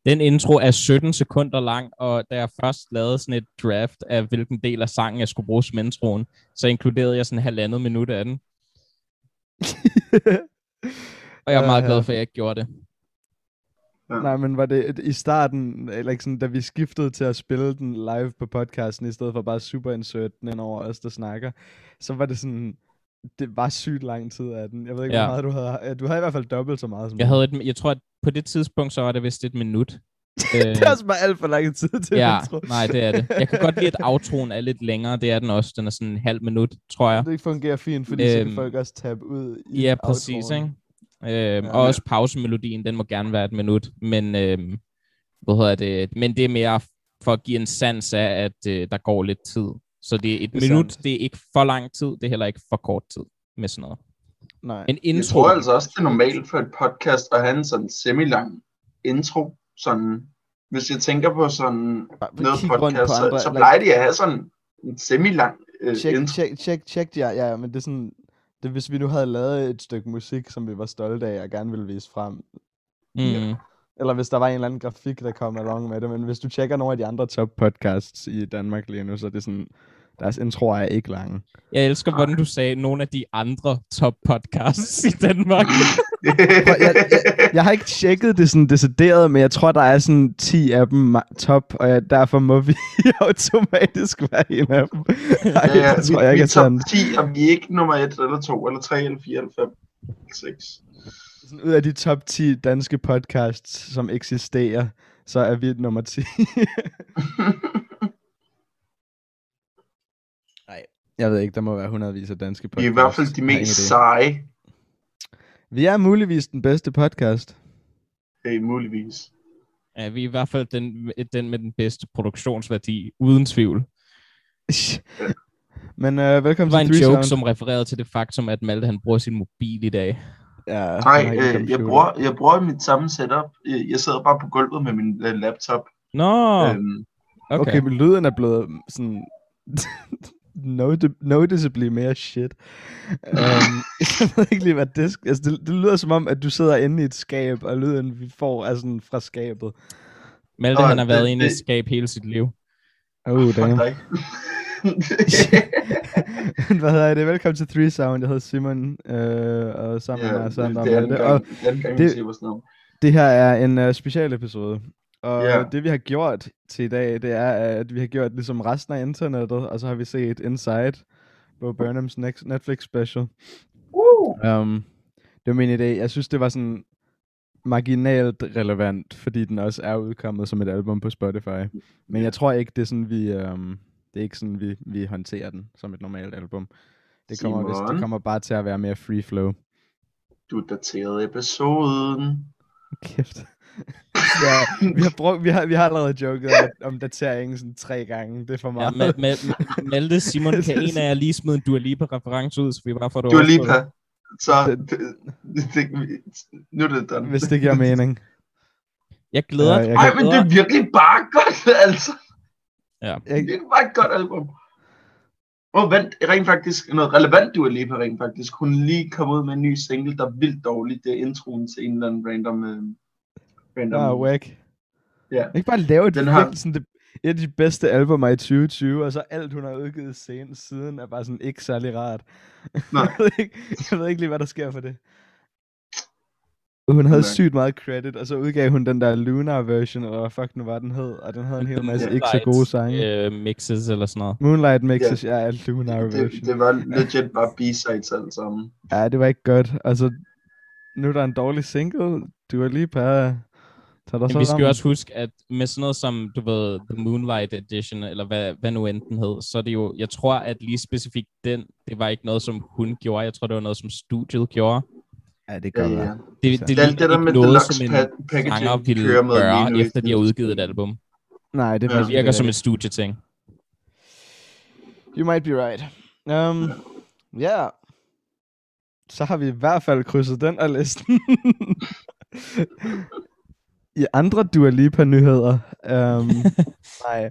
Den intro er 17 sekunder lang, og da jeg først lavede sådan et draft af, hvilken del af sangen jeg skulle bruge som introen, så inkluderede jeg sådan 1,5 minut af den. Og jeg er meget glad for, at jeg ikke gjorde det. Ja. Nej, men var det i starten, eller ikke sådan, da vi skiftede til at spille den live på podcasten, i stedet for bare super insert den ind over os, der snakker, så var det sådan, det var sygt lang tid af den. Jeg ved ikke, hvor meget du havde. Du havde i hvert fald dobbelt så meget som jeg tror, at på det tidspunkt, så var det vist 1 minut. Det er også bare alt for lang tid til intro. Nej, det er det. Jeg kan godt lide, at outroen er lidt længere. Det er den også. Den er sådan 0,5 minut, tror jeg. Det fungerer fint, fordi så kan folk også tabe ud i ja, præcis, ikke? Og også pausemelodien, den må gerne være 1 minut. Men, men det er mere for at give en sans af, at der går lidt tid. Så det er 1 minut, det er ikke for lang tid, det er heller ikke for kort tid med sådan noget. Nej. En intro. Jeg tror altså også, det er normalt for et podcast at have en sådan semi-lang intro. Sådan, hvis jeg tænker på sådan noget podcast, så plejer de at have sådan en semi-lang intro. Check, ja, men det er sådan, det, hvis vi nu havde lavet et stykke musik, som vi var stolte af og gerne ville vise frem. Eller hvis der var en eller anden grafik, der kom along med det. Men hvis du tjekker nogle af de andre top podcasts i Danmark lige nu, så er det sådan, deres introer er ikke lange. Jeg elsker, hvordan du sagde nogle af de andre top podcasts i Danmark. jeg har ikke tjekket det sådan decideret, men jeg tror, der er sådan 10 af dem top, og derfor må vi automatisk være en af dem. Det tror jeg ikke er top 10, og vi er ikke nummer 1, eller 2, eller 3, eller 4, eller 5, eller 6. Sådan, ud af de top 10 danske podcasts, som eksisterer, så er vi nummer 10. Nej, jeg ved ikke, der må være hundredvis af danske podcasts. Vi er i hvert fald de mest seje. Vi er muligvis den bedste podcast. Hey, muligvis. Ja, vi er i hvert fald den med den bedste produktionsværdi, uden tvivl. Men velkommen til 3 Sound. Det var en joke, som refererede til det faktum, at Malte han bruger sin mobil i dag. Ja, nej, jeg bruger mit samme setup. Jeg sidder bare på gulvet med min laptop. Nå, okay, men lyden er blevet sådan noticeably mere shit. Jeg ved ikke lige, hvad det er. Altså, det lyder som om, at du sidder inde i et skab, og lyden vi får er sådan fra skabet. Malte, han har været inde i et skab hele sit liv. Damn. Hvad hedder det? Velkommen til 3 Sound. Jeg hedder Simon, og sammen med mig Sander og Malte. Det her er en special episode. Og det vi har gjort til i dag, det er, at vi har gjort ligesom resten af internettet, og så har vi set Inside, Bo Burnhams Netflix special. Det var min idé. Jeg synes, det var sådan marginalt relevant, fordi den også er udkommet som et album på Spotify. Men jeg tror ikke, det er sådan, det er ikke sådan, vi håndterer den som et normalt album. Det kommer bare til at være mere free flow. Du daterede episoden. Kæft. Ja, vi har allerede joket om dateringen sådan 3 gange. Det er for meget. Ja, Malte, Simon, kan en af jer lige smide en Dua Lipa-reference ud, så vi bare får det Dua Lipa. Så nu er det done. Hvis det giver mening. Jeg glæder mig. Ej, men det er virkelig bare godt, altså. Ja. Det er bare et godt album. Vent, rent faktisk, noget relevant Dua Lipa rent faktisk. Hun lige kom ud med en ny single, der er vildt dårlig. Det er introen til en eller anden random whack. Ja. Ikke bare lave sådan et af de bedste albumer i 2020, og så alt hun har udgivet siden er bare sådan ikke særlig rart. Nej. jeg ved ikke lige, hvad der sker for det. Hun havde sygt meget credit, og så udgav hun den der Lunar version, eller hvad fuck nu var den hed, og den havde en hel masse ikke så gode sange. Mixes eller sådan noget. Moonlight mixes, ja, Lunar version. Det var legit bare B-sides alt sammen. Ja, det var ikke godt. Altså, nu er der en dårlig single, Dua Lipa. Men vi skal jo også huske, at med sådan noget som, du ved, The Moonlight Edition, eller hvad nu end den hed, så er det jo, jeg tror, at lige specifikt den, det var ikke noget, som hun gjorde. Jeg tror, det var noget, som studiet gjorde. Ja, det gør det. Det er ikke noget, som en sanger ville gøre, efter de har udgivet et album. Nej, det virker som et studieting. You might be right. Ja. Så har vi i hvert fald krydset den af listen. I andre Dua Lipa nyheder. Nej.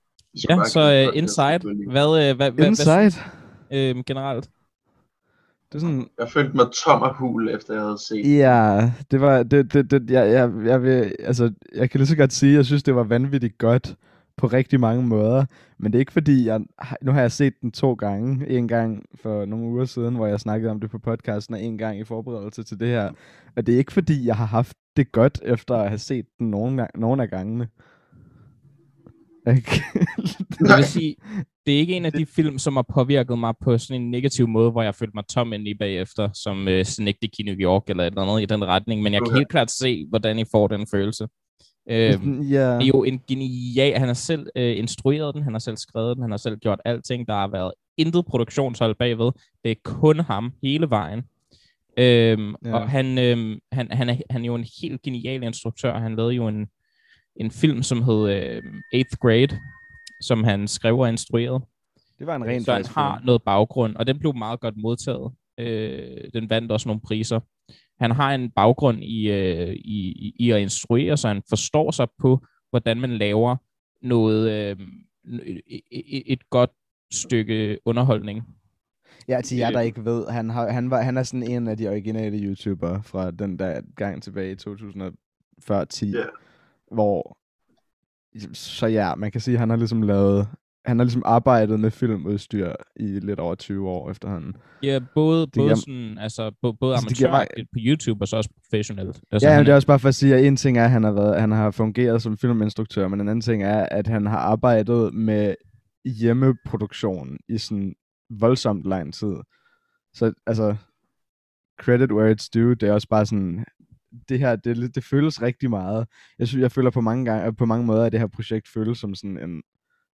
Ja, så Inside. Hvad Inside? Generelt? Det er sådan... Jeg følte mig tom og hul, efter jeg havde set. Ja, det var... Jeg vil... Altså, jeg kan lige så godt sige, at jeg synes, det var vanvittigt godt på rigtig mange måder. Men det er ikke fordi, nu har jeg set den 2 gange. En gang for nogle uger siden, hvor jeg snakkede om det på podcasten, og en gang i forberedelse til det her. Og det er ikke fordi, jeg har haft det godt, efter at have set den nogle af gangene. Jeg vil sige, det er ikke en af de film, som har påvirket mig på sådan en negativ måde, hvor jeg følte mig tom ind i bagefter, som Synecdoche i New York eller et eller andet i den retning, men jeg kan helt klart se, hvordan I får den følelse. Det er jo en genial... Han har selv instrueret den, han har selv skrevet den, han har selv gjort alting. Der har været intet produktionshold bagved. Det er kun ham hele vejen. Og han er jo en helt genial instruktør. Han lavede jo en film, som hed 8th Grade, som han skrev og instruerede. Det var en ren så han har noget baggrund, og den blev meget godt modtaget. Den vandt også nogle priser. Han har en baggrund i at instruere, så han forstår sig på, hvordan man laver noget et godt stykke underholdning. Ja, til jer, der ikke ved, han er sådan en af de originale YouTubere fra den der gang tilbage i 2010, hvor så ja, man kan sige, at han har ligesom arbejdet med filmudstyr i lidt over 20 år efterhånden. Ja, både amatøragtigt på YouTube og så også professionelt. Altså, ja, det er også bare for at sige, at en ting er, at han har fungeret som filminstruktør, men en anden ting er, at han har arbejdet med hjemmeproduktion i sådan voldsomt lang tid. Så altså, credit where it's due, det er også bare sådan, det her, det føles rigtig meget. Jeg synes, jeg føler på mange måder, at det her projekt føles som sådan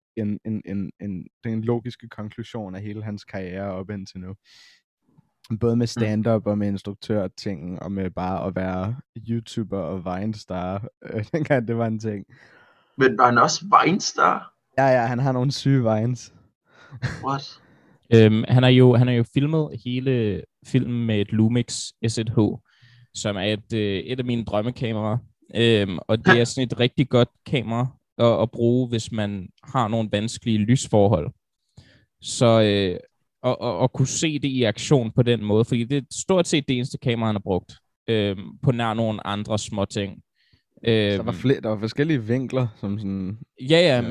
en logiske konklusion af hele hans karriere op indtil nu. Både med stand-up og med instruktør-ting, og med bare at være YouTuber og Vine-star. Dengang det var en ting. Men var han også Vine-star? Ja, han har nogle syge Vines. What? Han har jo filmet hele filmen med et Lumix S1H, som er et af mine drømmekameraer. Og det er sådan et rigtig godt kamera at bruge, hvis man har nogle vanskelige lysforhold. Så at kunne se det i aktion på den måde, fordi det er stort set det eneste kamera, han har brugt på nær nogle andre små ting. Der var forskellige vinkler, som sådan... Ja,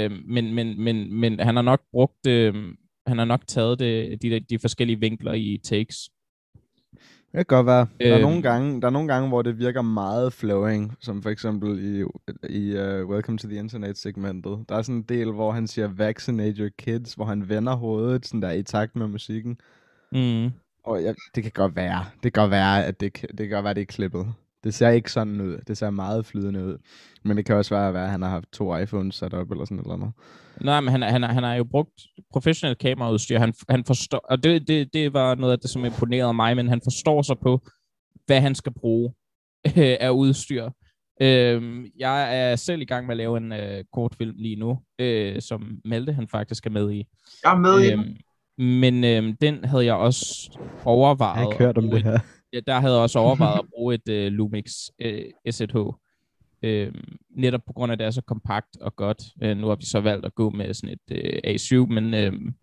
men han har nok brugt... han har nok taget de forskellige vinkler i takes. Det kan godt være. Der er nogle gange, hvor det virker meget flowing, som for eksempel i Welcome to the Internet-segmentet. Der er sådan en del, hvor han siger, vaccinate your kids, hvor han vender hovedet sådan der i takt med musikken. Og det kan godt være. Det kan godt være, at det er klippet. Det ser ikke sådan ud. Det ser meget flydende ud. Men det kan også være, at han har haft 2 iPhones sat op eller sådan et eller andet. Nej, men han har jo brugt professionelt kameraudstyr. Han forstår, og det var noget af det, som imponerede mig, men han forstår sig på, hvad han skal bruge af udstyr. Jeg er selv i gang med at lave en kortfilm lige nu, som Malte han faktisk er med i. Jeg er med i den. Men den havde jeg også overvejet. Jeg har ikke hørt om det her. Ja, der havde jeg også overvejet at bruge et Lumix S1H. Netop på grund af, at det er så kompakt og godt. Nu har vi så valgt at gå med sådan et A7, men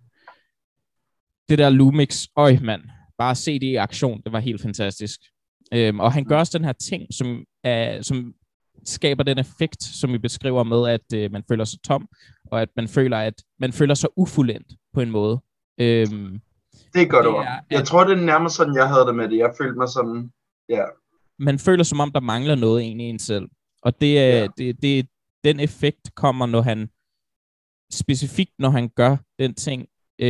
det der Lumix, mand, bare se det i aktion, det var helt fantastisk. Og han gør også den her ting, som skaber den effekt, som vi beskriver med, at man føler sig tom, og at man føler sig ufuldendt på en måde. Det er godt ord. Jeg tror, det er nærmest sådan, jeg havde det med det. Jeg følte mig sådan, ja. Man føler som om, der mangler noget egentlig i en selv. Og den effekt kommer, når han specifikt, når han gør den ting,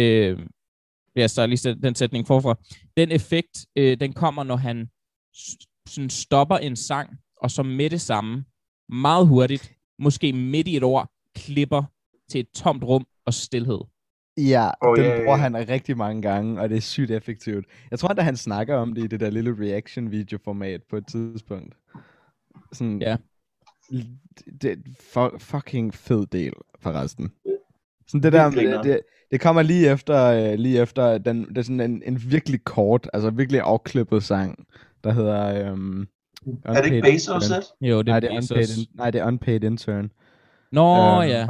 jeg starter lige den sætning forfra. Den effekt, den kommer, når han sådan stopper en sang, og så med det samme, meget hurtigt, måske midt i et ord, klipper til et tomt rum og stilhed. Ja, den bruger han rigtig mange gange, og det er sygt effektivt. Jeg tror, at han snakker om det i det der lille reaction-video-format på et tidspunkt. Sådan, ja. Det er fucking fed del, forresten. Sådan det der, det kommer lige efter det er sådan en virkelig kort, altså virkelig afklippet sang, der hedder... er det ikke Bezos? Jo, det er Bezos. Nej, det er Unpaid Intern. Ja.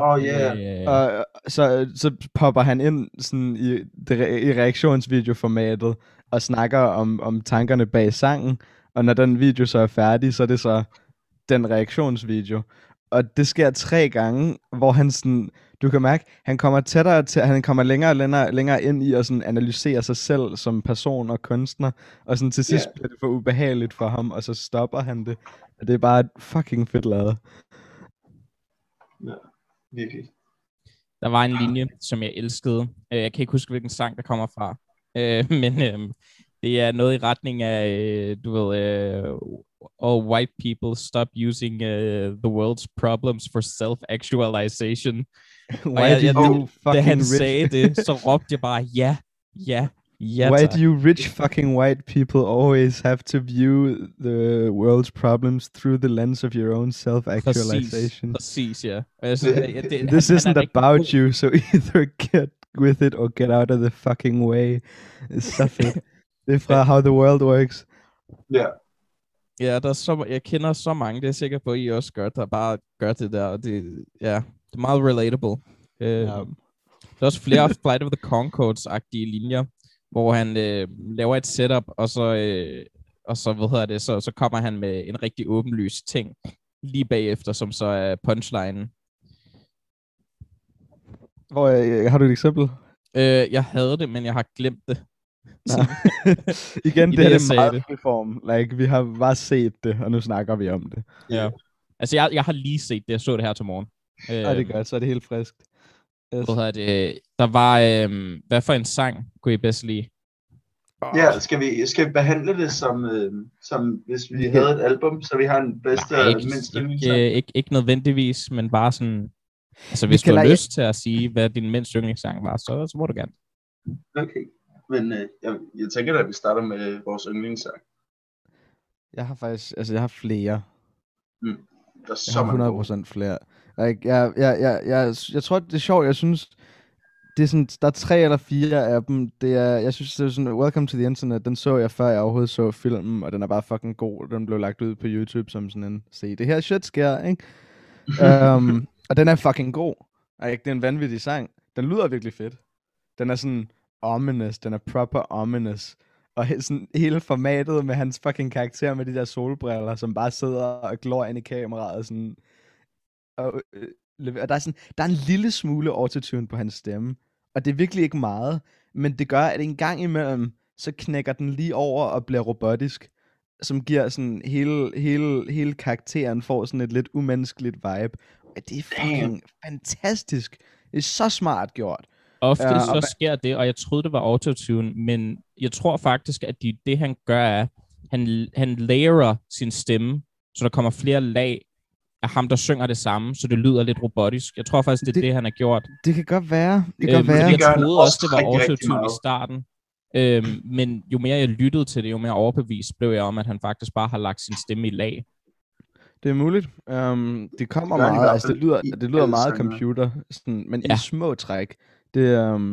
Og så popper han ind sådan i reaktionsvideoformatet, og snakker om tankerne bag sangen, og når den video så er færdig, så er det så den reaktionsvideo. Og det sker 3 gange, hvor han sådan, du kan mærke, han kommer tættere til, han kommer længere ind i at sådan analysere sig selv som person og kunstner, og sådan til sidst bliver det for ubehageligt for ham, og så stopper han det. Og det er bare fucking fedt lavet. Ja, virkelig. Der var en linje, som jeg elskede. Jeg kan ikke huske, hvilken sang der kommer fra. Men det er noget i retning af, du ved, all white people stop using the world's problems for self-actualization. Da han sagde det, så råbte jeg bare, ja. Why do you rich fucking white people always have to view the world's problems through the lens of your own self-actualization? Præcis, ja. This isn't about you, so either get with it or get out of the fucking way. It's så fedt. Det er fra How the World Works. Ja. Ja, jeg kender så mange, det er sikker på, at I også gør, der bare gør det der. Det er meget relatable. Der er også flere Flight of the Conchords-agtige linjer, hvor han laver et setup, og så kommer han med en rigtig åbenlys ting lige bagefter, som så er punchlinen. Har du et eksempel? Jeg havde det, men jeg har glemt det. Igen, det er meget form. Like, vi har bare set det, og nu snakker vi om det. Ja. Altså, jeg har lige set det. Jeg så det her til morgen. Det er godt, så er det helt friskt. Yes. Der var, hvad for en sang kunne I bedst lide? Ja, skal vi behandle det som hvis vi havde et album, så vi har en bedste og mindst yndlingssang? Ikke nødvendigvis, men bare sådan, altså hvis du har lyst til at sige, hvad din mindst yndlingssang var, så må du gerne. Okay, men jeg tænker da, at vi starter med vores yndlingssang. Jeg har faktisk, jeg har flere. Der er så mange 100% flere. Jeg tror, det er sjovt. Jeg synes, det er sådan, der er 3 eller 4 af dem. Jeg synes, det er sådan, Welcome to the Internet, den så jeg, før jeg overhovedet så filmen, og den er bare fucking god. Den blev lagt ud på YouTube som sådan en, se, det her shit sker, ikke? Og den er fucking god. Det er en vanvittig sang. Den lyder virkelig fedt. Den er sådan ominous, den er proper ominous. Og sådan hele formatet med hans fucking karakter med de der solbriller, som bare sidder og glor ind i kameraet, sådan. Og der er en lille smule autotune på hans stemme, og det er virkelig ikke meget, men det gør, at en gang imellem, så knækker den lige over og bliver robotisk, som giver sådan hele karakteren får sådan et lidt umenneskeligt vibe. Og det er fucking fantastisk. Det er så smart gjort. Ofte så sker det, og jeg troede, det var autotune, men jeg tror faktisk, at det han gør er, han layerer sin stemme, så der kommer flere lag af ham, der synger det samme, så det lyder lidt robotisk. Jeg tror faktisk, det er det, han har gjort. Det kan godt være. Jeg troede også, det var autotune i starten. Men jo mere jeg lyttede til det, jo mere overbevist blev jeg om, at han faktisk bare har lagt sin stemme i lag. Det er muligt. Det kommer meget, altså det lyder meget computer, sådan, men i små træk. Det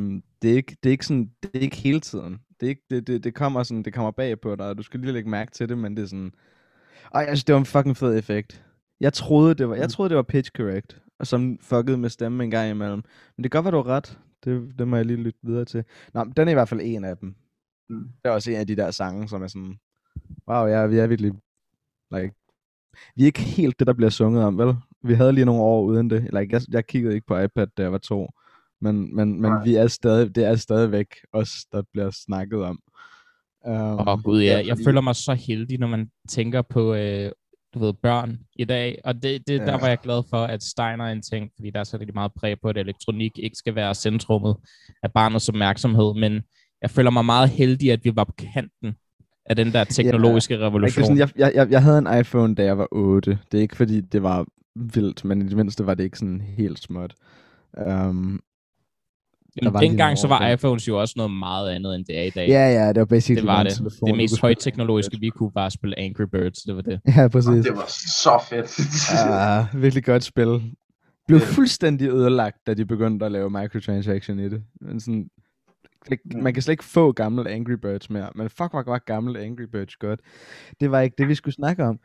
er ikke hele tiden. Det kommer sådan, det kommer bag på dig, og du skal lige lægge mærke til det, men det er sådan. Jeg synes, det var en fucking fed effekt. Jeg troede det var pitch correct, og som fuckede med stemmen en gang imellem. Men det kan godt være, du har ret. Det må jeg lige lytte videre til. Nå, den er i hvert fald en af dem. Det er også en af de der sange, som er sådan, wow, vi er virkelig, like, vi er ikke helt det, der bliver sunget om, vel? Vi havde lige nogle år uden det. Like, jeg kiggede ikke på iPad, da jeg var 2. Men det er stadigvæk os, der bliver snakket om. Gud, ja. Jeg føler mig så heldig, når man tænker på børn i dag. Og der var jeg glad for, at Steiner er en ting, fordi der er så lidt meget præg på, at elektronik ikke skal være centrummet af barnets opmærksomhed. Men jeg føler mig meget heldig, at vi var på kanten af den der teknologiske revolution. Jeg havde en iPhone, da jeg var 8. Det er ikke, fordi det var vildt, men i det mindste var det ikke sådan helt småt. Dengang så var iPhones jo også noget meget andet, end det er i dag. Ja, det var basically det var det. Telefon, det mest højteknologiske, vi kunne bare spille Angry Birds, det var det. Ja, præcis. Det var så fedt. Virkelig godt spil. Blev fuldstændig ødelagt, da de begyndte at lave microtransaction i det. Men sådan, man kan slet ikke få gamle Angry Birds mere, men fuck, hvor var gamle Angry Birds godt. Det var ikke det, vi skulle snakke om.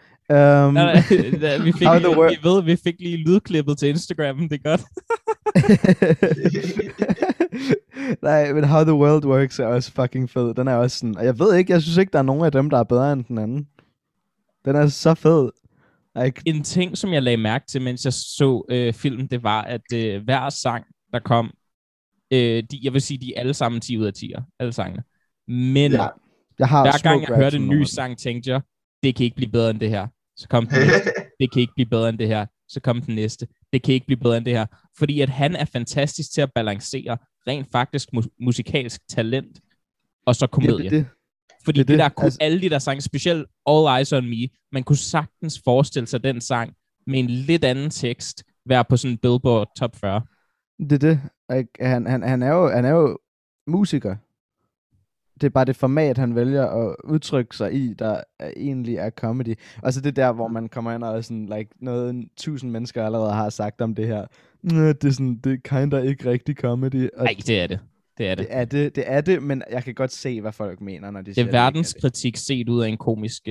Vi fik lige lydklippet til Instagram, det er godt. Nej, men How the World Works er også fucking fed. Den er også sådan, og jeg ved ikke, jeg synes ikke, der er nogen af dem, der er bedre end den anden. Den er så fed. Like. En ting, som jeg lagde mærke til, mens jeg så filmen, det var, at hver sang, der kom, jeg vil sige, de er alle sammen 10 ud af 10'er. Alle sangene. Men jeg har hver gang jeg hørte en ny sang, tænkte jeg, det kan ikke blive bedre end det her. Så kom den næste. Det kan ikke blive bedre end det her. Så kom den næste. Det kan ikke blive bedre end det her. Fordi at han er fantastisk til at balancere rent faktisk musikalsk talent og så komedie. Fordi det der kunne alle de der sange, specielt All Eyes on Me, man kunne sagtens forestille sig den sang med en lidt anden tekst være på sådan en Billboard Top 40. Det. Han er jo musiker. Det er bare det format, han vælger at udtrykke sig i, der egentlig er comedy. Og så det der, hvor man kommer ind og sådan, like, noget 1000 mennesker allerede har sagt om det her. Det er sådan, det er kinda ikke rigtig comedy. Nej, det er det. Det er det, men jeg kan godt se, hvad folk mener, når de siger det. Det er verdenskritik set ud af en komisk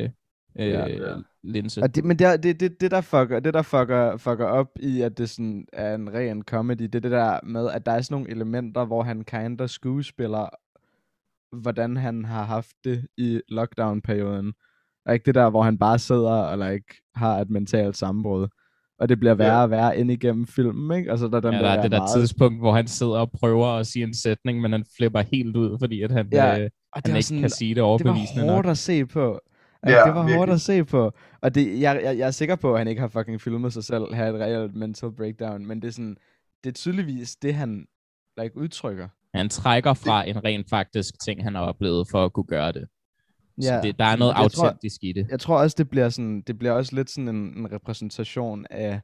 linse. Men det der fucker op i, at det sådan er en ren comedy, det er det der med, at der er sådan nogle elementer, hvor han kinda skuespiller, hvordan han har haft det i lockdown-perioden. Og ikke det der, hvor han bare sidder og like, har et mentalt sammenbrud. Og det bliver værre og værre ind igennem filmen, ikke? Altså, der er det der tidspunkt, hvor han sidder og prøver at sige en sætning, men han flipper helt ud, fordi at han ikke sådan, kan sige det overbevisende. Det var hårdt at se på. Det var hårdt at se på. Og jeg er sikker på, at han ikke har fucking filmet sig selv, have et reelt mental breakdown, men det er sådan, det er tydeligvis det, han like, udtrykker. Han trækker fra en rent faktisk ting, han har oplevet for at kunne gøre det. Så der er noget autentisk i det. Jeg tror også, det bliver også lidt sådan en repræsentation af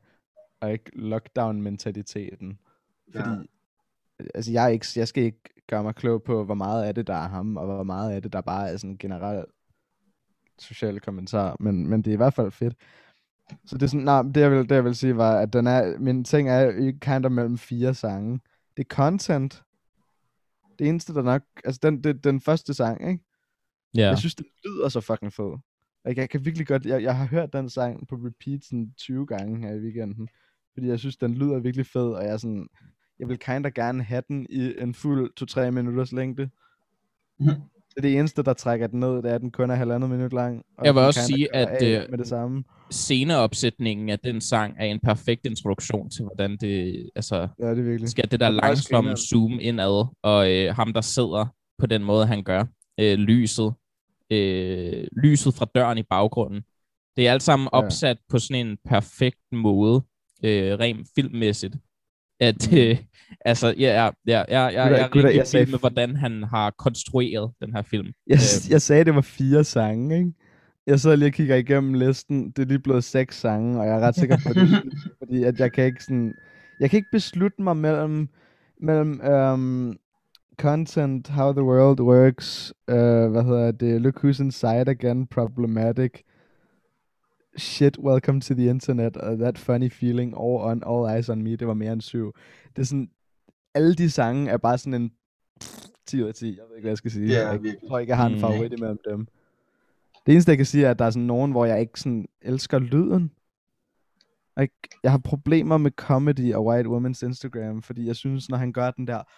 lockdown-mentaliteten. Fordi altså, jeg skal ikke gøre mig klog på, hvor meget af det, der er ham, og hvor meget af det, der bare er sådan en generel social kommentar. Men det er i hvert fald fedt. Så det er sådan, det jeg vil sige var, at min ting er kind of mellem 4 sange. Det er content. Det eneste, der nok, altså den første sang, ikke? Yeah. Jeg synes, det lyder så fucking fed. Jeg kan virkelig godt, jeg har hørt den sang på repeat sådan 20 gange her i weekenden, fordi jeg synes, den lyder virkelig fed, og jeg vil kinda gerne have den i en fuld 2-3 minutters længde. Det er det eneste, der trækker den ned, det er, at den kun er 1,5 minut lang. Og jeg vil også sige, at med det samme. Sceneopsætningen af den sang er en perfekt introduktion til, hvordan det, altså, ja, det er virkelig. Skal det der langsomme zoom indad, og ham, der sidder på den måde, han gør, lyset fra døren i baggrunden. Det er alt sammen opsat på sådan en perfekt måde, rent filmmæssigt. At, altså, jeg er rigtig vild med, hvordan han har konstrueret den her film. Jeg sagde, det var 4 sange, ikke? Jeg sidder lige og kigger igennem listen. Det er lige blevet 6 sange, og jeg er ret sikker på det. Fordi at jeg kan ikke beslutte mig mellem content, how the world works, look who's inside again, problematic, shit, welcome to the internet, that funny feeling, all eyes on me, det var mere end 7. Det er sådan, alle de sange er bare sådan en 10 ud af 10, jeg ved ikke, hvad jeg skal sige. Jeg tror ikke, jeg har en favorit imellem dem. Det eneste, jeg kan sige, er, at der er sådan nogen, hvor jeg ikke sådan elsker lyden. Jeg har problemer med comedy og White Woman's Instagram, fordi jeg synes, når han gør den der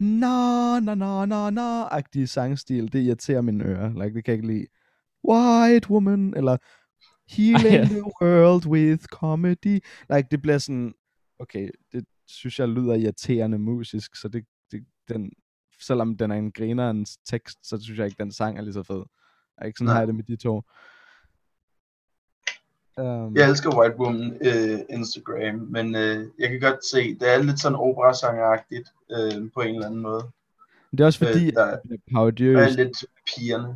agtige sangstil, det irriterer mine ører. Like, det kan jeg ikke lide. White woman, eller healing the world with comedy. Like, det bliver sådan, okay, det synes jeg lyder irriterende musisk, så den, selvom den er en grinerens tekst, så synes jeg ikke, den sang er lige så fed. Ikke sådan har jeg det med de to. Jeg elsker White Woman Instagram, men jeg kan godt se, det er lidt sådan operasangeragtigt på en eller anden måde. Det er også fordi, der er lidt pigerne.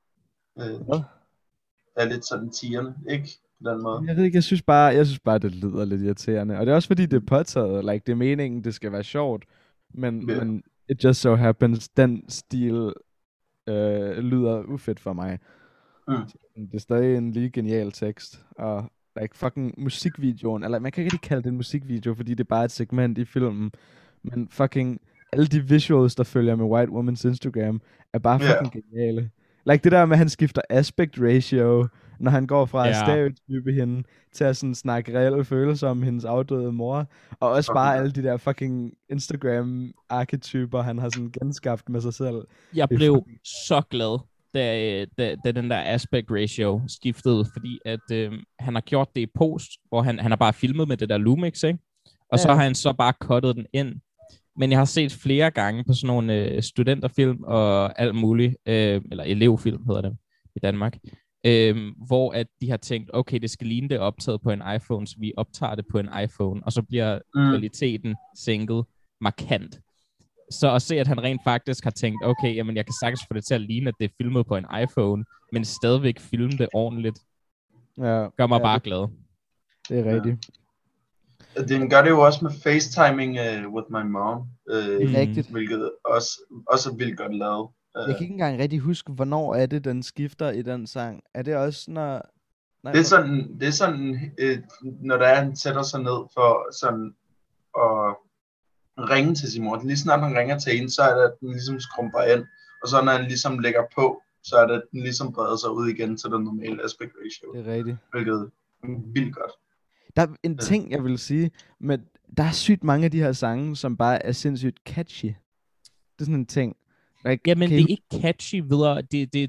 Er lidt sådan tigerne, ikke? På den måde. Jeg ved ikke, jeg synes bare, det lyder lidt irriterende. Og det er også fordi, det er påtaget. Like, det er meningen, det skal være sjovt. Men it just so happens, den stil lyder ufedt for mig. Det er stadig en lige genial tekst. Og like fucking musikvideoen, eller man kan ikke rigtig kalde det en musikvideo, fordi det er bare et segment i filmen. Men fucking alle de visuals, der følger med White Woman's Instagram, er bare fucking geniale. Like det der med, at han skifter aspect ratio, når han går fra at stereotype hende, til at sådan snakke reelle følelser om hendes afdøde mor, og også bare alle de der fucking Instagram-arketyper, han har sådan genskabt med sig selv. Jeg blev så glad, da den der aspect ratio skiftede, fordi at han har gjort det i post, hvor han har bare filmet med det der Lumix, ikke? Og så har han så bare cuttet den ind. Men jeg har set flere gange på sådan nogle studenterfilm og alt muligt, eller elevfilm hedder det i Danmark, hvor at de har tænkt, okay, det skal ligne det optaget på en iPhone, så vi optager det på en iPhone, og så bliver kvaliteten sænket markant. Så at se, at han rent faktisk har tænkt, okay, jamen jeg kan sagtens få det til at ligne, at det er filmet på en iPhone, men stadigvæk filme det ordentligt, gør mig bare glad. Det er rigtigt. Den gør det jo også med FaceTiming with my mom. Rigtigt. Hvilket også er vildt godt lavet. Jeg kan ikke engang rigtig huske, hvornår er det, den skifter i den sang. Er det også, når... Nej, det er sådan, når der han sætter sig ned for sådan at ringe til sin mor. Lige snart han ringer til hende, så er det, at den ligesom skrumper ind. Og så når han ligesom lægger på, så er det, at den ligesom breder sig ud igen til den normale aspect ratio. Det er rigtigt. Hvilket er vildt godt. Der er en ting, jeg vil sige, men der er sygt mange af de her sange, som bare er sindssygt catchy. Det er sådan en ting. Like, jamen, det er ikke catchy videre.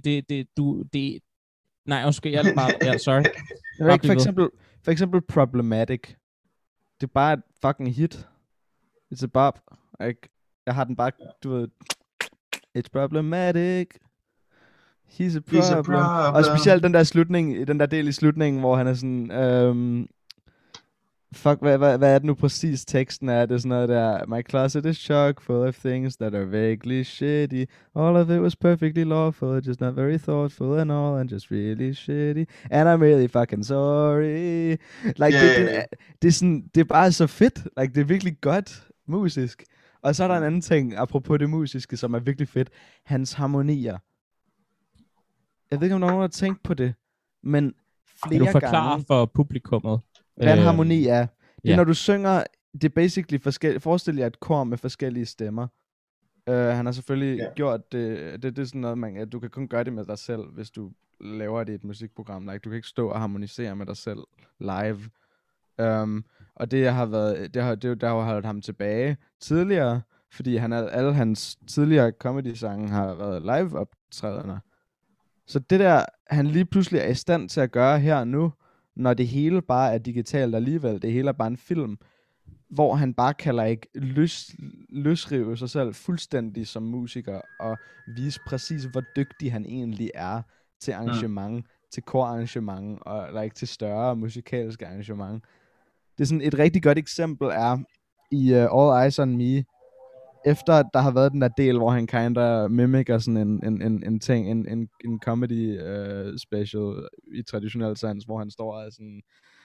Nej, undskyld, jeg er bare... sorry. For eksempel Problematic. Det er bare et fucking hit. It's a bop. Like, jeg har den bare, du ved... It's problematic. He's a problem. Og specielt den der slutning, den der del i slutningen, hvor han er sådan... Fuck, hvad er det nu præcis teksten er? Det er sådan noget der, my closet is chock full of things that are vaguely shitty. All of it was perfectly lawful, just not very thoughtful and all, and just really shitty. And I'm really fucking sorry. Like, det er sådan, det er bare så fedt. Like, det er virkelig godt musisk. Og så er der en anden ting, apropos det musiske, som er virkelig fedt. Hans harmonier. Jeg ved ikke, om der er nogen, der har tænkt på det, men flere gange... Kan du forklare for publikummet? Hvad en harmoni er. Det er, når du synger, det er basically forestil jer et kor med forskellige stemmer. Han har selvfølgelig gjort det. Det er sådan noget, at du kan kun gøre det med dig selv, hvis du laver det i et musikprogram. Like, du kan ikke stå og harmonisere med dig selv live. Og det har været, det har holdt ham tilbage tidligere, fordi alle hans tidligere comedy-sange har været live-optrædener. Så det der, han lige pludselig er i stand til at gøre her nu, når det hele bare er digitalt alligevel, det hele er bare en film, hvor han bare kan ikke løsrive sig selv fuldstændig som musiker, og vise præcis, hvor dygtig han egentlig er til arrangement, til korarrangement, og like, til større musikalske arrangement. Det er sådan et rigtig godt eksempel er i All Eyes on Me, efter der har været den der del, hvor han kinda mimikker sådan en ting, en comedy special i traditionel sans, hvor han står og sådan,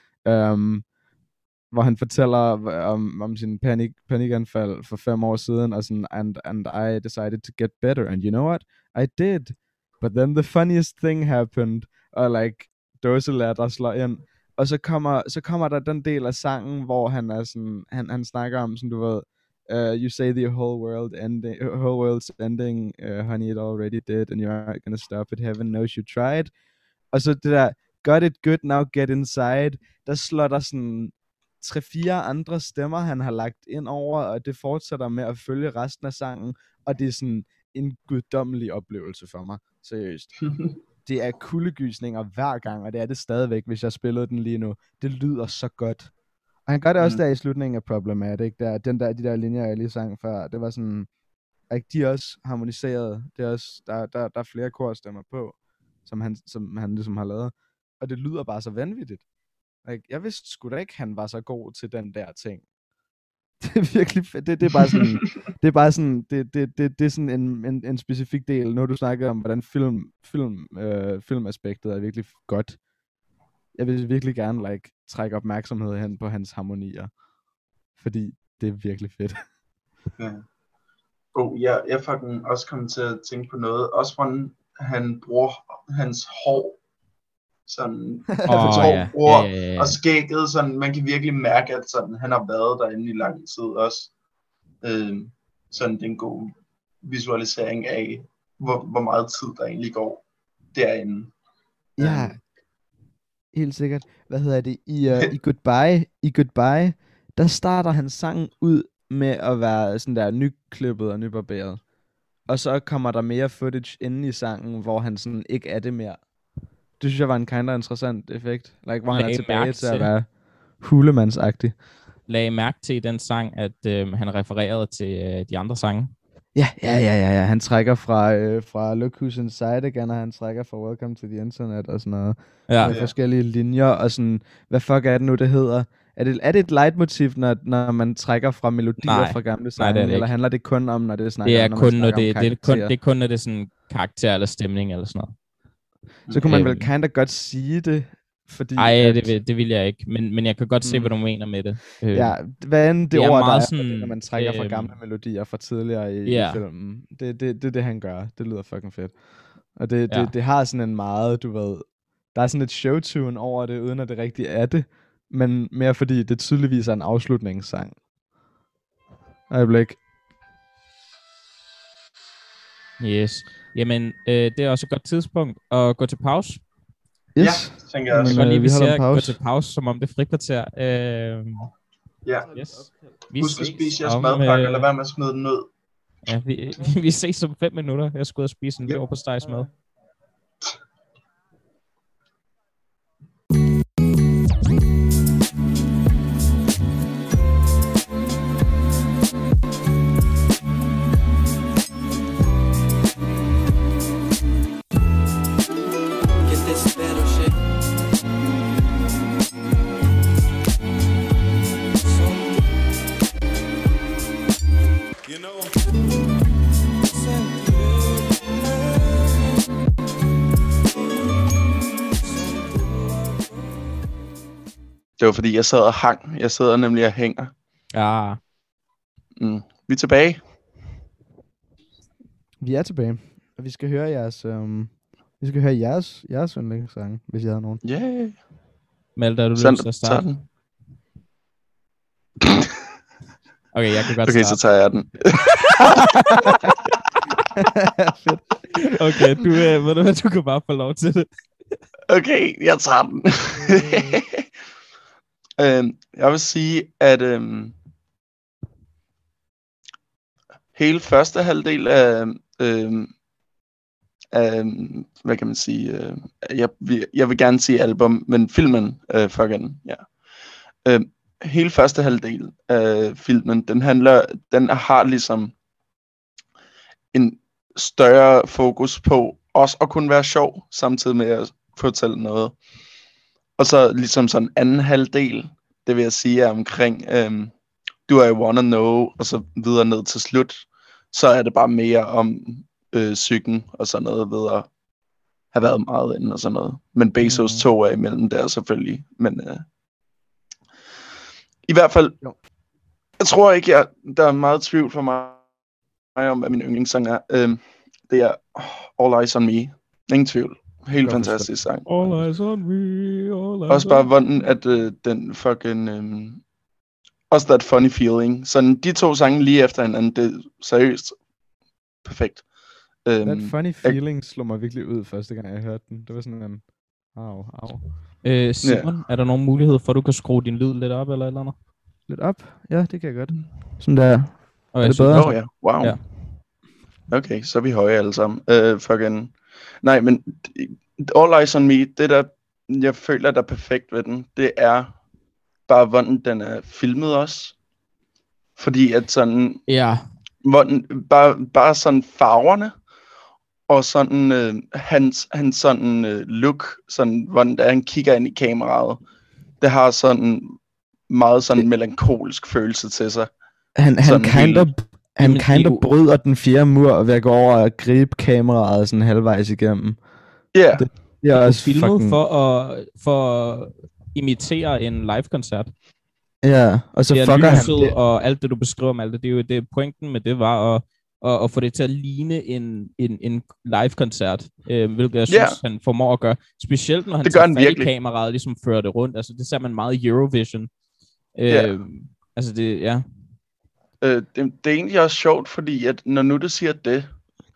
hvor han fortæller om sin panikanfald for 5 år siden, og sådan, and I decided to get better, and you know what? I did. But then the funniest thing happened, og like, dåselatter slår ind, og så kommer der den del af sangen, hvor han er sådan, han snakker om sådan, du ved, you say the whole world's ending, honey, it already did, and you're not gonna stop it, heaven knows you tried. Og så det der, got it good, now get inside, der slår der sådan 3-4 andre stemmer, han har lagt ind over, og det fortsætter med at følge resten af sangen, og det er sådan en guddommelig oplevelse for mig, seriøst. Det er kuldegysninger hver gang, og det er det stadigvæk, hvis jeg spillede den lige nu. Det lyder så godt. Og han gør det også der i slutningen af Problematic, de der linjer, jeg lige sang før, det var sådan, at de også harmoniseret, det er også, der er flere korstemmer på, som han ligesom har lavet, og det lyder bare så vanvittigt. Like, jeg vidste sgu da ikke, han var så god til den der ting. Det er virkelig fedt. Det er bare sådan, det er sådan en specifik del. Nu du snakkede om, hvordan filmaspektet er virkelig godt. Jeg vil virkelig gerne trække opmærksomhed hen på hans harmonier, fordi det er virkelig fedt. Ja. Jeg fucking også kom til at tænke på noget, også hvordan han bruger hans hår, sådan og skægget, sådan, man kan virkelig mærke, at sådan, han har været derinde i lang tid også. Sådan det er en god visualisering af, hvor meget tid der egentlig går derinde. Ja. Helt sikkert. Hvad hedder det? I Goodbye, der starter han sangen ud med at være sådan der nyklippet og nybarberet. Og så kommer der mere footage inde i sangen, hvor han sådan ikke er det mere. Det synes jeg var en kinda interessant effekt. Like, hvor han er tilbage til at være hulemandsagtig. Lagde mærke til i den sang, at han refererede til de andre sange. Ja. Han trækker fra Look Who's Inside igen, og han trækker fra Welcome to the Internet og sådan noget. Ja. Forskellige linjer, og sådan, hvad fuck er det nu, det hedder? Er det et leitmotiv, når man trækker fra melodier fra gamle sange, eller handler det kun om, når det snakker om, det er kun, når det er sådan karakter eller stemning eller sådan noget. Så kunne man vel kinda godt sige det, fordi... Nej, det vil jeg ikke, men jeg kan godt se, hvad du mener med det. Ja, hvad end det ord, der er, sådan, når man trækker fra gamle melodier fra tidligere i filmen. Det er det, han gør. Det lyder fucking fedt. Og det har sådan en meget, du ved... Der er sådan et showtune over det, uden at det rigtig er det, men mere fordi det tydeligvis er en afslutningssang. Øjeblik. Yes. Jamen, det er også et godt tidspunkt at gå til pause. Yes. Ja, tænker jeg også. Men, vi ser gå til pause, som om det er frikvarter. Ja. Yes. Husk at spise jeres madpakke, eller hvad med at smide den ud. Ja, vi ses om 5 minutter. Jeg skal ud og spise en leverpostejsmad. Det var fordi, jeg sad og hang. Jeg sidder nemlig og hænger. Ja. Vi er tilbage. Vi er tilbage. Og vi skal høre jeres yndlingssange, hvis I har nogen. Yeah. Malte, er du lyst til at starte? Okay, jeg kan godt starte. Okay, så tager jeg den. Fedt. Okay, ved du hvad, du kan bare få lov til det. Okay, jeg tager den. Jeg vil sige, at hele første halvdel af hvad kan man sige, jeg vil gerne sige album, men filmen, hele første halvdel af filmen, den har ligesom en større fokus på også at kunne være sjov, samtidig med at fortælle noget. Og så ligesom sådan anden halvdel, det vil jeg sige er omkring Do I Wanna Know, og så videre ned til slut, så er det bare mere om psyken og sådan noget ved at have været meget inde og sådan noget. Men Bezos 2 er imellem der selvfølgelig. Men i hvert fald, jeg tror ikke, der er meget tvivl for mig om, hvad min yndlingssang er. Det er All Eyes on Me. Ingen tvivl. Helt fantastisk sang. All eyes on me, all eyes også bare hvordan at den fucking også that funny feeling. Sådan de to sange lige efter hinanden, det er seriøst perfekt. That funny feeling slog mig virkelig ud første gang jeg hørte den. Det var sådan en au. Simon, er der nogen mulighed for at du kan skrue din lyd lidt op eller et eller andet? Lidt op? Ja, det kan jeg godt. Sådan der. Og er det bedre? Ja. Wow. Ja. Okay, så er vi høje alle sammen. Fucking nej, men All Eyes on Me, det der jeg føler der er perfekt ved den, det er bare hvordan den er filmet også. Fordi at sådan hvordan, bare sådan farverne og sådan hans sådan look, sådan hvordan der han kigger ind i kameraet. Det har sådan meget sådan melankolsk følelse til sig. Han kind of bryder den fjerde mur ved at gå over og gribe kameraet sådan halvvejs igennem. Ja. Det er også filmet fucking... for at imitere en live-koncert. Ja, og så fucker han det. Og alt det, du beskriver om alt det, det er jo pointen med det var at få det til at ligne en live-koncert, hvilket jeg synes, han formår at gøre. Specielt når han tager fat i kameraet, ligesom fører det rundt. Altså, det ser man meget i Eurovision. Altså, det er egentlig også sjovt, fordi at når nu du siger det,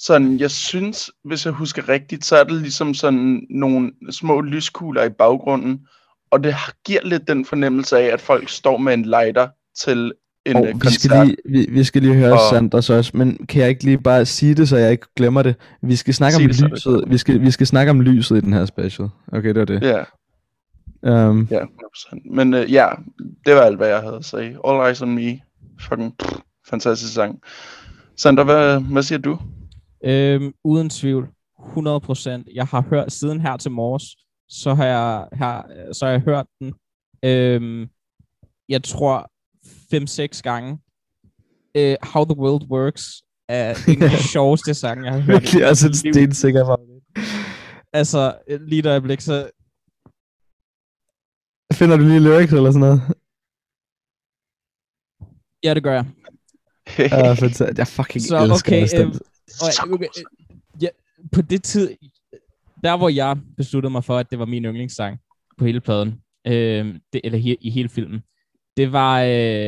sådan, jeg synes, hvis jeg husker rigtigt, så er det ligesom sådan nogle små lyskugler i baggrunden, og det giver lidt den fornemmelse af, at folk står med en lighter til en koncert. Vi skal lige høre Sanders også, men kan jeg ikke lige bare sige det, så jeg ikke glemmer det? Vi skal snakke om lyset. Vi skal snakke om lyset i den her special. Okay, det var det. Ja. Ja, 100%. Men ja, det var alt, hvad jeg havde at sige. All Eyes on Me. Fucking fantastisk sang. Sander, hvad siger du? Uden tvivl. 100%. Jeg har hørt siden her til morges, så har jeg hørt den. Jeg tror 5-6 gange. How the World Works er en af de sjoveste sange, jeg har hørt. Virkelig også en stensikker favorit. Altså, lige et øjeblik, så... Finder du lige lyrics eller sådan noget? Ja, det gør jeg. Jeg fucking elsker det. Ja, på det tid, der hvor jeg besluttede mig for, at det var min yndlingssang på hele pladen, i hele filmen, det var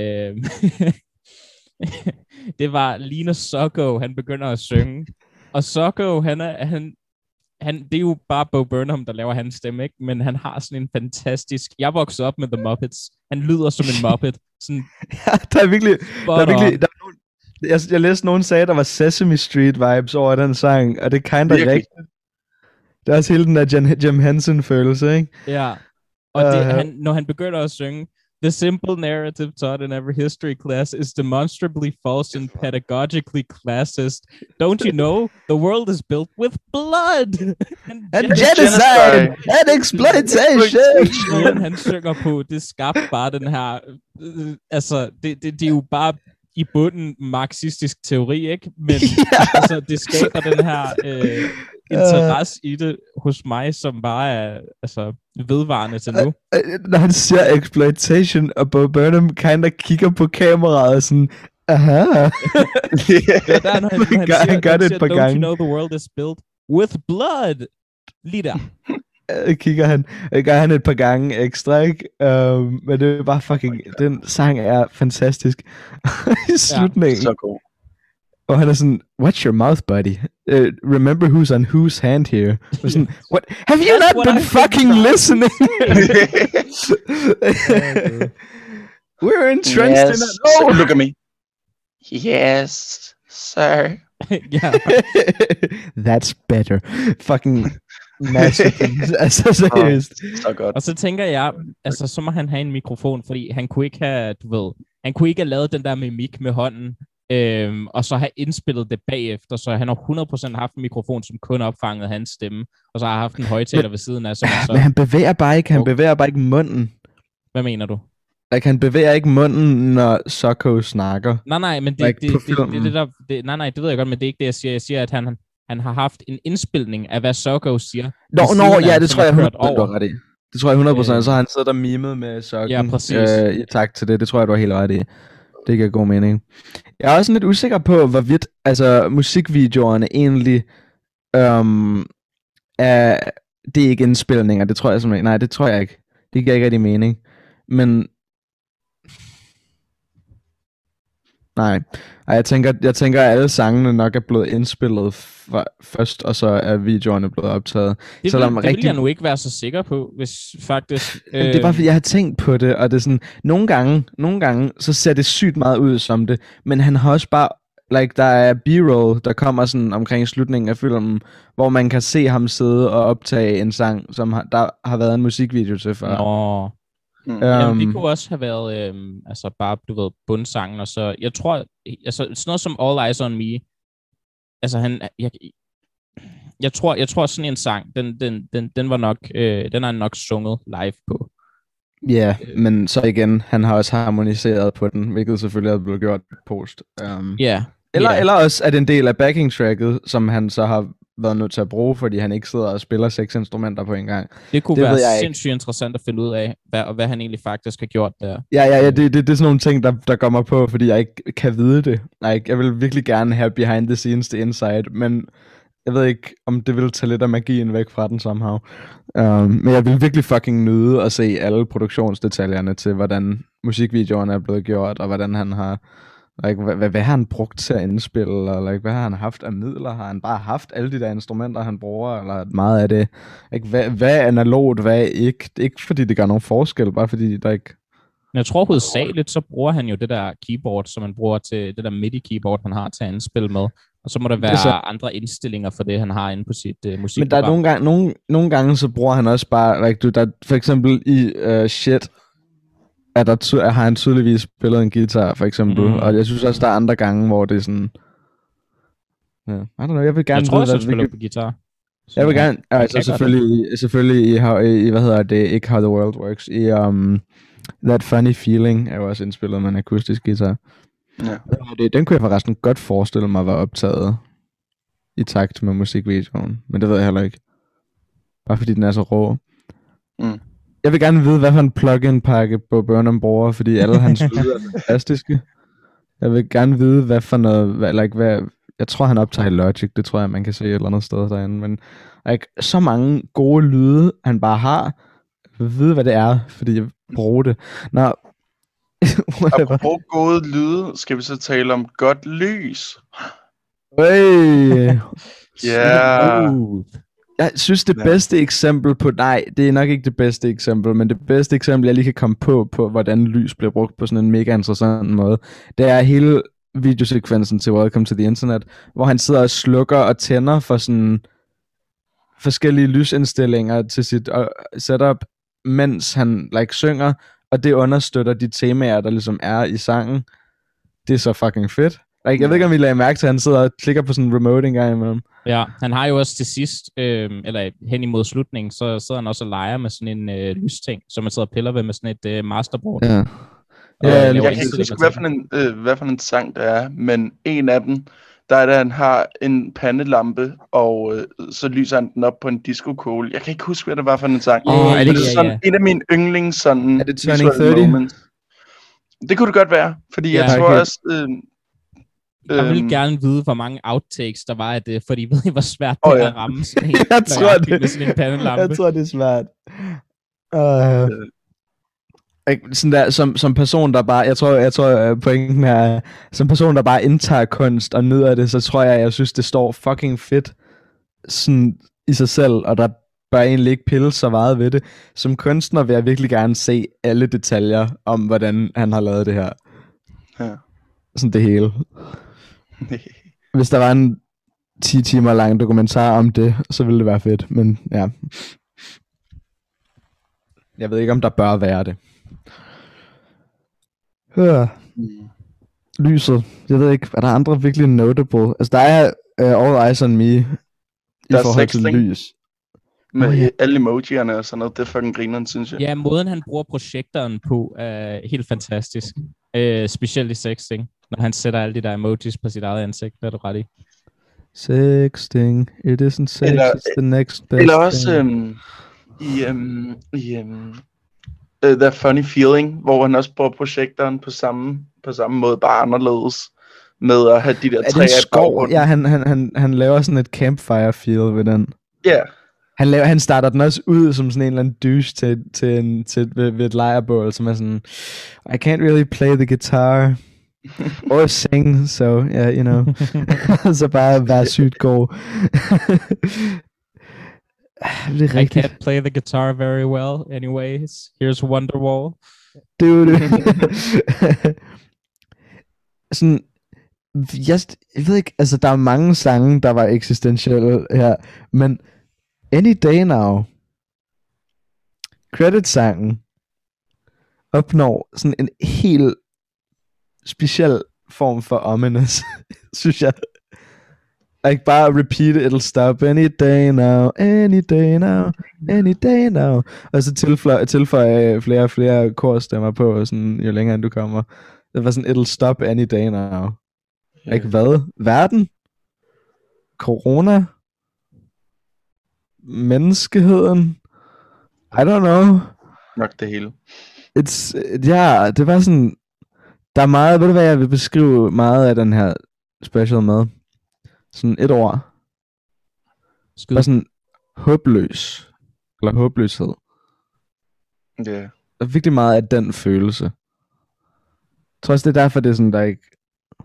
det var Linus Socko, han begynder at synge. Og Socko, han det er jo bare Bo Burnham, der laver hans stemme, ikke? Men han har sådan en fantastisk... Jeg voksede op med The Muppets. Han lyder som en Muppet. Sådan... Ja, der er virkelig... Jeg læste nogen sagde, der var Sesame Street vibes over den sang, og det er kinda rigtigt. Det er også hele den der Jim Henson-følelse, ikke? Ja, og når han begynder at synge, the simple narrative taught in every history class is demonstrably false and pedagogically classist. Don't you know? The world is built with blood and genocide and exploitation. Han synger på, det skabte bare den her... altså, det er jo bare i bunden marxistisk teori, ikke? Men altså, det skaber den her interesse i det hos mig, som bare er altså, vedvarende til nu. Når han siger exploitation, og Bo Burnham kinda kigger på kameraet og sådan, aha. Ja, der, når han gør det et par gange. Don't you know the world is built with blood? Lige der. Gør han et par gange ekstra, ikke? Men det er bare fucking... Den sang er fantastisk. I slutningen. Så god. Og han er sådan, watch your mouth, buddy. Remember who's on whose hand here. Sådan, what? Have you not been fucking listening? We're entrenched in it. Oh! Look at me. Yes, sir. That's better. Fucking masterpiece. Altså seriøst. Så godt. Og så tænker jeg, altså så må han have en mikrofon, fordi han kunne ikke have, han kunne ikke have lavet den der mimik med hånden, og så have indspillet det bagefter, så han har 100% haft en mikrofon, som kun opfangede hans stemme, og så har haft en højtaler ved siden af. Men han bevæger bare ikke, munden. Hvad mener du? Like, han bevæger ikke munden, når Socko snakker. Nej, men det det ved jeg godt, men det er ikke det, jeg siger. Jeg siger, at han har haft en indspilning af, hvad Socko siger. Ja, det tror jeg 100% ret i. Det tror jeg 100%, så har han siddet og mimet med Socko. Ja, præcis. I takt til det. Det tror jeg, du har helt ret i. Det giver god mening. Jeg er også lidt usikker på, hvorvidt altså, musikvideoerne egentlig det er ikke indspilninger. Det tror jeg simpelthen. Nej, det tror jeg ikke. Det giver ikke rigtig mening. Men nej, jeg tænker at alle sangene nok er blevet indspillet først, og så er videoerne blevet optaget. Det vil jeg nu ikke være så sikker på, hvis faktisk... Det er bare fordi, jeg har tænkt på det, og det er sådan, nogle gange, så ser det sygt meget ud som det, men han har også bare, der er B-roll, der kommer sådan omkring slutningen af filmen, hvor man kan se ham sidde og optage en sang, som der har været en musikvideo til før. Nå. Jamen, det kunne også have været altså bare, du ved, bundsangen, og så, jeg tror, altså sådan noget som All Eyes on Me, altså jeg tror sådan en sang, den var nok, den er nok sunget live på. Ja, men så igen, han har også harmoniseret på den, hvilket selvfølgelig er blevet gjort post. Eller også er det en del af backing tracket, som han så har været nødt til at bruge, fordi han ikke sidder og spiller 6 instrumenter på en gang. Det kunne være sindssygt interessant at finde ud af, hvad han egentlig faktisk har gjort der. Ja, det er sådan nogle ting, der går mig på, fordi jeg ikke kan vide det. Jeg vil virkelig gerne have behind the scenes, the inside, men jeg ved ikke, om det vil tage lidt af magien væk fra den somehow. Men jeg vil virkelig fucking nyde at se alle produktionsdetaljerne til, hvordan musikvideoerne er blevet gjort, og hvordan han har Like, hvad har han brugt til at indspille? Eller like, hvad har han haft af midler? Har han bare haft alle de der instrumenter, han bruger? Eller meget af det? Like, hvad er analogt, hvad er ikke? Det er ikke fordi, det gør nogen forskel, bare fordi der ikke... Jeg tror hovedsageligt, så bruger han jo det der keyboard, som man bruger til det der MIDI-keyboard, han har til at indspille med. Og så må der være andre indstillinger for det, han har inde på sit musik. Men der er nogle gange, så bruger han også bare, like, der, for eksempel i Shit, har han tydeligvis spillet en guitar, for eksempel. Og jeg synes også, der er andre gange, hvor det er sådan... Ja, I don't know, jeg vil gerne... Jeg tror også, han spiller på guitar. Så jeg vil gerne... Altså selvfølgelig i, hvad hedder det, ikke How the World Works, i That Funny Feeling er jo også indspillet med en akustisk guitar. Ja. Den kunne jeg forresten godt forestille mig var optaget i takt med musikvideoen, men det ved jeg heller ikke. Bare fordi den er så rå. Jeg vil gerne vide, hvad for en plugin pakke på Burnham bruger, fordi alle hans lyde er fantastiske. Jeg vil gerne vide, hvad for noget... jeg tror, han optager i Logic, det tror jeg, man kan se et eller andet sted derinde, men så mange gode lyde, han bare har. Jeg vil vide, hvad det er, fordi jeg bruger det. Apropos gode lyde, skal vi så tale om godt lys. Jeg synes det bedste eksempel på... Nej, det er nok ikke det bedste eksempel, men det bedste eksempel, jeg lige kan komme på hvordan lys bliver brugt på sådan en mega interessant måde, det er hele videosekvensen til Welcome to the Internet, hvor han sidder og slukker og tænder for sådan forskellige lysindstillinger til sit setup, mens han synger, og det understøtter de temaer, der ligesom er i sangen. Det er så fucking fedt. Jeg ved ikke, om I lagde mærke til, at han sidder og klikker på sådan en remote en gang imellem. Ja, han har jo også til sidst, eller hen imod slutningen, så sidder han også og leger med sådan en lysting, som man sidder og piller ved med sådan et masterboard. Ja. Jeg kan ikke huske, hvad for en sang det er, men en af dem, der er det, han har en pandelampe, og så lyser han den op på en disco-kugle. Jeg kan ikke huske, hvad det var for en sang. Er det sådan en af mine yndlings sådan... Er det Turning 30? Moments. Det kunne det godt være, fordi jeg tror også... Jeg vil gerne vide, hvor mange outtakes der var af det, fordi jeg ved, hvor svært det er at ramme sådan en, med sådan en pandelampe. Jeg tror, det er svært. Sådan der, som person, der bare... Jeg tror pointen er... Som person, der bare indtager kunst og nyder det, så tror jeg synes, det står fucking fedt sådan i sig selv, og der bør egentlig ikke pille så meget ved det. Som kunstner vil jeg virkelig gerne se alle detaljer om, hvordan han har lavet det her. Ja. Sådan det hele. Hvis der var en 10 timer lang dokumentar om det, så ville det være fedt, men ja. Jeg ved ikke, om der bør være det. Lyset. Jeg ved ikke, er der andre virkelig notable? Altså, der er All Eyes on Me i forhold til lys. Med alle emojierne og sådan noget, det er fucking grineren, synes jeg. Ja, måden han bruger projektoren på er helt fantastisk. Specielt i sexting, når han sætter alle de der emojis på sit eget ansigt, der er du ret i. Sexting, it isn't sex, it's the next best eller også That Funny Feeling, hvor han også bruger projektoren på samme måde, bare anderledes, med at have de der træer i baggrunden. Ja, han laver sådan et campfire feel ved den. Ja. Yeah. Han starter den også ud som sådan en eller anden douche ved et lejrebål, som er sådan, I can't really play the guitar or sing, so yeah, you know. Så bare være sygt god. Det er I can't play the guitar very well anyways. Here's Wonderwall. Dude. Sådan, jeg ved ikke, altså der er mange sange, der var eksistentielle her, men Any Day Now, Credit-sangen, opnår sådan en helt speciel form for ominous, synes jeg. Ikke bare repeat it, it'll stop any day now, any day now, any day now. Og så tilføje flere og flere korstemmer på, sådan, jo længere end du kommer. Det var sådan, it'll stop any day now. Yeah. Ikke hvad? Verden? Corona? Menneskeheden? I don't know. Nok det hele. Ja, det var sådan, der er meget, ved du hvad jeg vil beskrive meget af den her special med? Sådan et ord. Bare sådan håbløs. Eller håbløshed. Ja. Yeah. Der er virkelig meget af den følelse. Jeg tror også det er derfor det er sådan, der ikke...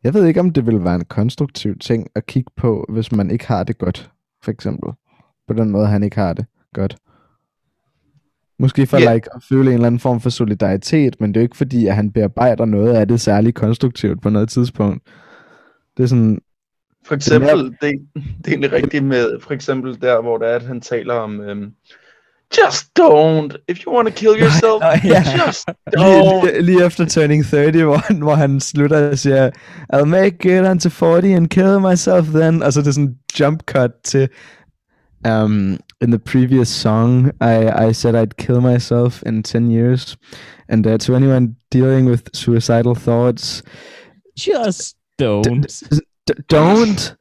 Jeg ved ikke, om det vil være en konstruktiv ting at kigge på, hvis man ikke har det godt, for eksempel. På den måde, han ikke har det godt. Måske for at føle en eller anden form for solidaritet, men det er jo ikke fordi, at han bearbejder noget af det særligt konstruktivt på noget tidspunkt. Det er sådan... For eksempel, det er egentlig rigtigt med, for eksempel der, hvor det er, at han taler om... Just don't. If you want to kill yourself, just don't. Lige efter turning 30, hvor han slutter og siger, I'll make it unto 40 and kill myself then. Og så det er sådan jump cut til, in the previous song, I said I'd kill myself in 10 years. And to anyone dealing with suicidal thoughts, just don't. Don't,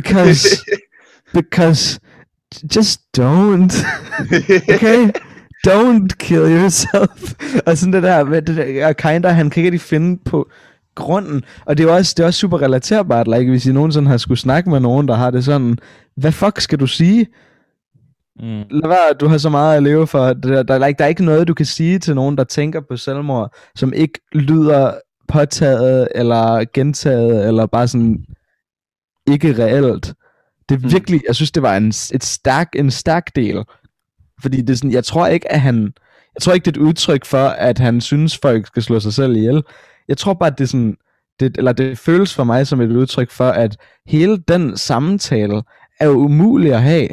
because just don't. Okay? Don't kill yourself. Og sådan det der kinda, han kan ikke rigtig finde på grunden. Og det er også super relaterbart, like, hvis I nogensinde har skulle snakke med nogen, der har det sådan, hvad fuck skal du sige? Lad være, du har så meget at leve for. Der er ikke noget, du kan sige til nogen, der tænker på selvmord, som ikke lyder påtaget, eller gentaget, eller bare sådan ikke reelt. Det er virkelig, jeg synes det var en stærk del. Fordi det er sådan, jeg tror ikke det er et udtryk for, at han synes folk skal slå sig selv ihjel. Jeg tror bare, at det er sådan, det føles for mig som et udtryk for, at hele den samtale er jo umulig at have.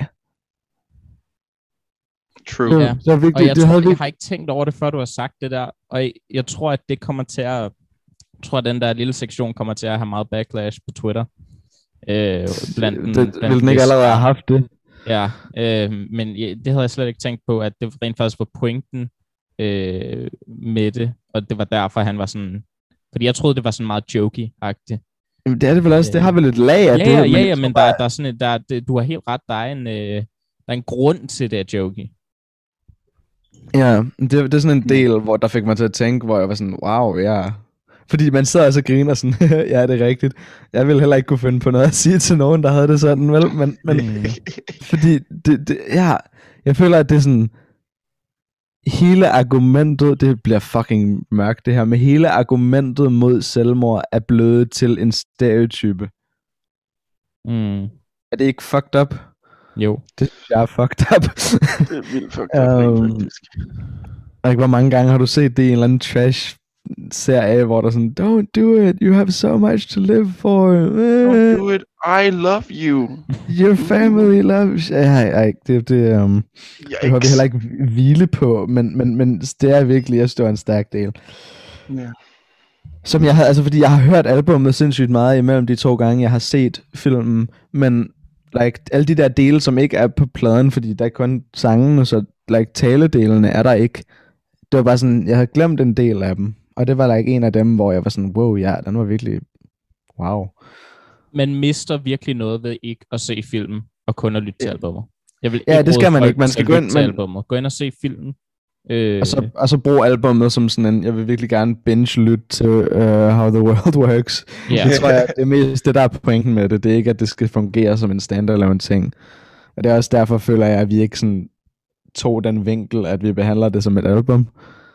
True. Ja. Så vigtigt, og jeg har ikke tænkt over det, før du har sagt det der. Og jeg tror, at det kommer til at... Jeg tror, at den der lille sektion kommer til at have meget backlash på Twitter. Blandt vil den ikke allerede have haft det? Ja, men det havde jeg slet ikke tænkt på, at det rent faktisk var pointen med det. Og det var derfor, han var sådan... Fordi jeg troede, det var sådan meget jokey-agtigt. Jamen, det er det vel også. Det har vel et lag af det. Ja, men der er sådan du har helt ret. Der er en grund til det er jokey. Ja, det er sådan en del, hvor der fik mig til at tænke, hvor jeg var sådan, wow, ja. Fordi man sidder og så griner sådan, ja, det er rigtigt. Jeg ville heller ikke kunne finde på noget at sige til nogen, der havde det sådan, vel? Men fordi, ja, jeg føler, at det er sådan, hele argumentet, det bliver fucking mørkt det her, men hele argumentet mod selvmord er blevet til en stereotype. Er det ikke fucked up? Jo. Det er fucked up. Det er vildt fucked up, faktisk. Ikke, hvor mange gange har du set det i en eller anden trash serie, hvor der sådan, don't do it, you have so much to live for. Don't do it, I love you. Your family loves you. Det har vi heller ikke hvile på, men det er virkelig, at stå en stærk del. Ja. Som jeg havde, altså fordi jeg har hørt albumet sindssygt meget imellem de 2 gange, jeg har set filmen, men like, alle de der dele, som ikke er på pladen, fordi der er kun sangene, så like, taledelene er der ikke. Det var bare sådan, jeg havde glemt en del af dem. Og det var like en af dem, hvor jeg var sådan, wow, ja, den var virkelig, wow. Man mister virkelig noget ved ikke at se filmen, og kun at lytte til albumet. Ja, det skal man ikke. Man skal gå ind til albumet. Gå ind og se filmen. Og så bruge albumet som sådan en, jeg vil virkelig gerne binge-lytte til How the World Works. Yeah. Det tror jeg, det er mest det, der er pointen med det. Det er ikke, at det skal fungere som en standalone ting. Og det er også derfor, føler jeg, at vi ikke sådan tog den vinkel, at vi behandler det som et album.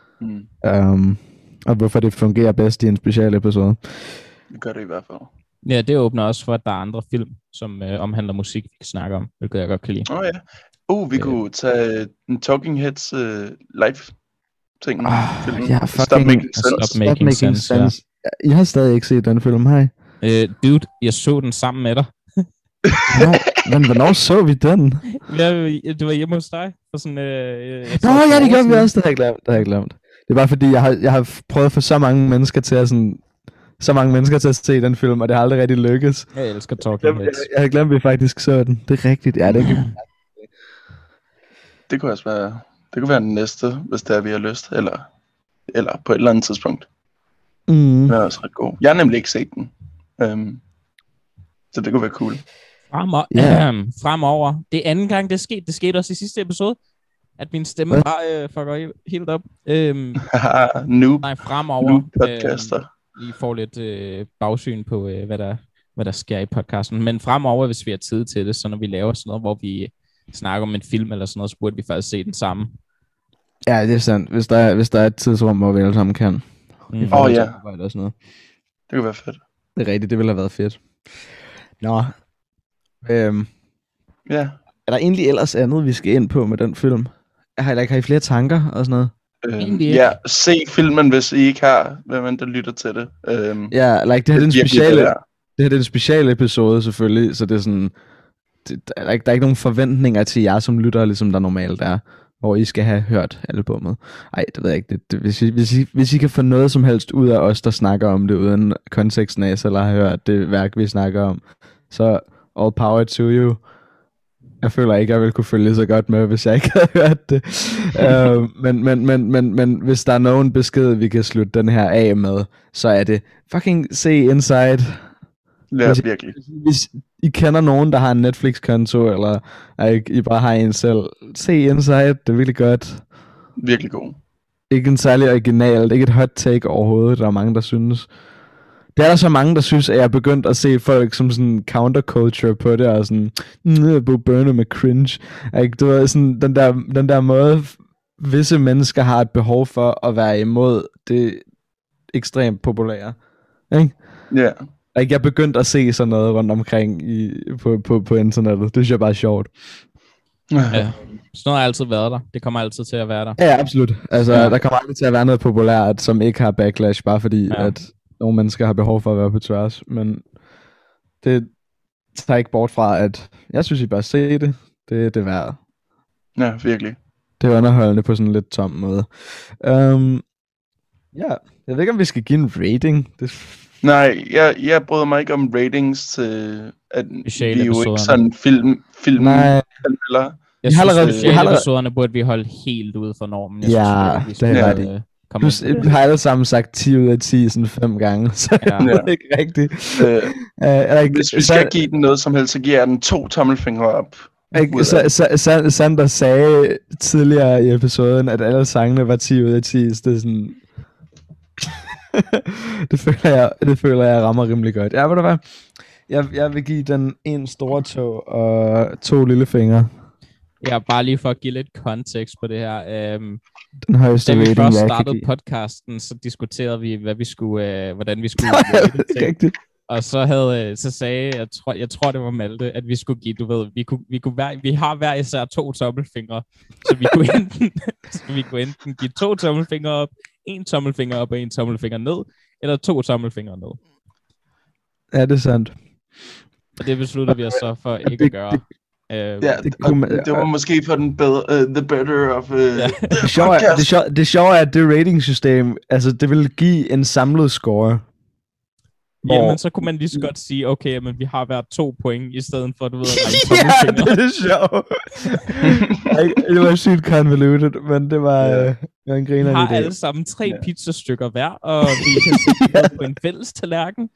Og hvorfor det fungerer bedst i en special episode. Det gør det i hvert fald. Ja, det åbner også for, at der er andre film, som omhandler musik, vi kan snakke om, hvilket jeg godt kan lide. Ja. Vi kunne tage en Talking Heads live-ting. Ja, Stop Making Sense. Ja. Jeg har stadig ikke set den film, hej. Dude, jeg så den sammen med dig. Men hvornår så vi den? Det var hjemme hos dig. For sådan, ja, det gør vi også. Det har jeg glemt. Det er bare fordi, jeg har prøvet at få så mange mennesker til at se den film, og det har aldrig rigtig lykkes. Jeg elsker Talking Heads. Jeg har glemt, at vi faktisk så den. Det er rigtigt. Ja, det er det kunne også være... Det kunne være den næste, hvis det er, vi har lyst. Eller på et eller andet tidspunkt. Det er også ret god. Jeg har nemlig ikke set den. Så det kunne være cool. Fremover. Det er anden gang, det skete. Det skete også i sidste episode. At min stemme bare fucker helt op. Fremover. Podcaster. I får lidt bagsyn på, hvad der sker i podcasten. Men fremover, hvis vi har tid til det, så når vi laver sådan noget, hvor vi snakker om en film eller sådan noget, så burde vi faktisk se den sammen. Ja, det er sandt. Hvis der er et tidsrum, hvor vi alle sammen kan. Ja. Det kunne være fedt. Det er rigtigt, det ville have været fedt. Nå. Ja. Er der egentlig ellers andet, vi skal ind på med den film? Har I flere tanker og sådan noget? Ja, se filmen, hvis I ikke har, hvem man der lytter til det. Ja, det her er en special episode selvfølgelig, så det er sådan, der er ikke nogen forventninger til jer som lytter, ligesom der normalt er, hvor I skal have hørt albummet. Ej, det ved jeg ikke. Hvis I kan få noget som helst ud af os, der snakker om det, uden konteksten af, eller har hørt det værk, vi snakker om, så all power to you. Jeg føler ikke, jeg ville kunne følge så godt med, hvis jeg ikke havde hørt det. Men hvis der er nogen besked, vi kan slutte den her af med, så er det fucking se Inside. Ja, virkelig. Hvis I kender nogen, der har en Netflix-konto, eller I bare har en selv, se Inside, det er virkelig godt. Virkelig god. Ikke en særlig original, ikke et hot take overhovedet, der er mange, der synes. Det er der så mange, der synes, at jeg er begyndt at se folk som sådan counterculture på det, og sådan, Bo Burnham med cringe. Du ved, sådan, den der måde, visse mennesker har et behov for at være imod det ekstremt populære. Ikke? Ja. Yeah. Jeg er begyndt at se sådan noget rundt omkring på internettet. Det synes jeg bare er sjovt. Ja. Sådan noget har altid været der. Det kommer altid til at være der. Ja, absolut. Altså, der kommer aldrig til at være noget populært, som ikke har backlash, bare fordi at nogle mennesker har behov for at være på tværs. Men det tager ikke bort fra, at jeg synes, I bør se det. Det er værd. Ja, virkelig. Det er underholdende på sådan en lidt tom måde. Ja, jeg ved ikke, om vi skal give en rating. Nej, jeg bryder mig ikke om ratings til, at vi jo ikke sådan film. Nej. Eller. Jeg synes, episoderne burde vi holde helt ude for normen. Det er det. Du har alle sammen sagt 10 ud af 10 sådan 5 gange, så jeg ved ikke rigtigt. Hvis vi skal give den noget som helst, så giver jeg den 2 tommelfingre op. Sander sagde tidligere i episoden, at alle sangene var 10 ud af 10, så det er sådan... det føler jeg rammer rimelig godt. Ja, ved du hvad? Jeg vil give den en store tog og 2 lille fingre. Ja, bare lige for at give lidt kontekst på det her. Den højeste da vi rating, først startede podcasten, så diskuterede vi, hvordan vi skulle rate. Og så sagde jeg tror det var Malte, at vi skulle give, du ved, vi har hver især 2 tommelfingre, så vi kunne enten give 2 tommelfingre op, 1 tommelfinger op og 1 tommelfinger ned, eller 2 tommelfingre ned. Ja, det er sandt. Og det beslutter vi os så for ikke at gøre. Det var måske for den bedre, the better of det sjove er, at det ratingsystem, altså det vil give en samlet score. Jamen, så kunne man lige så godt sige, okay, men vi har været 2 point, i stedet for, du ved, ja, det er sjovt. Det var sygt convoluted, men det var en griner. Vi har alle sammen 3 pizzastykker hver, og vi kan sætte på en fælles tallerken.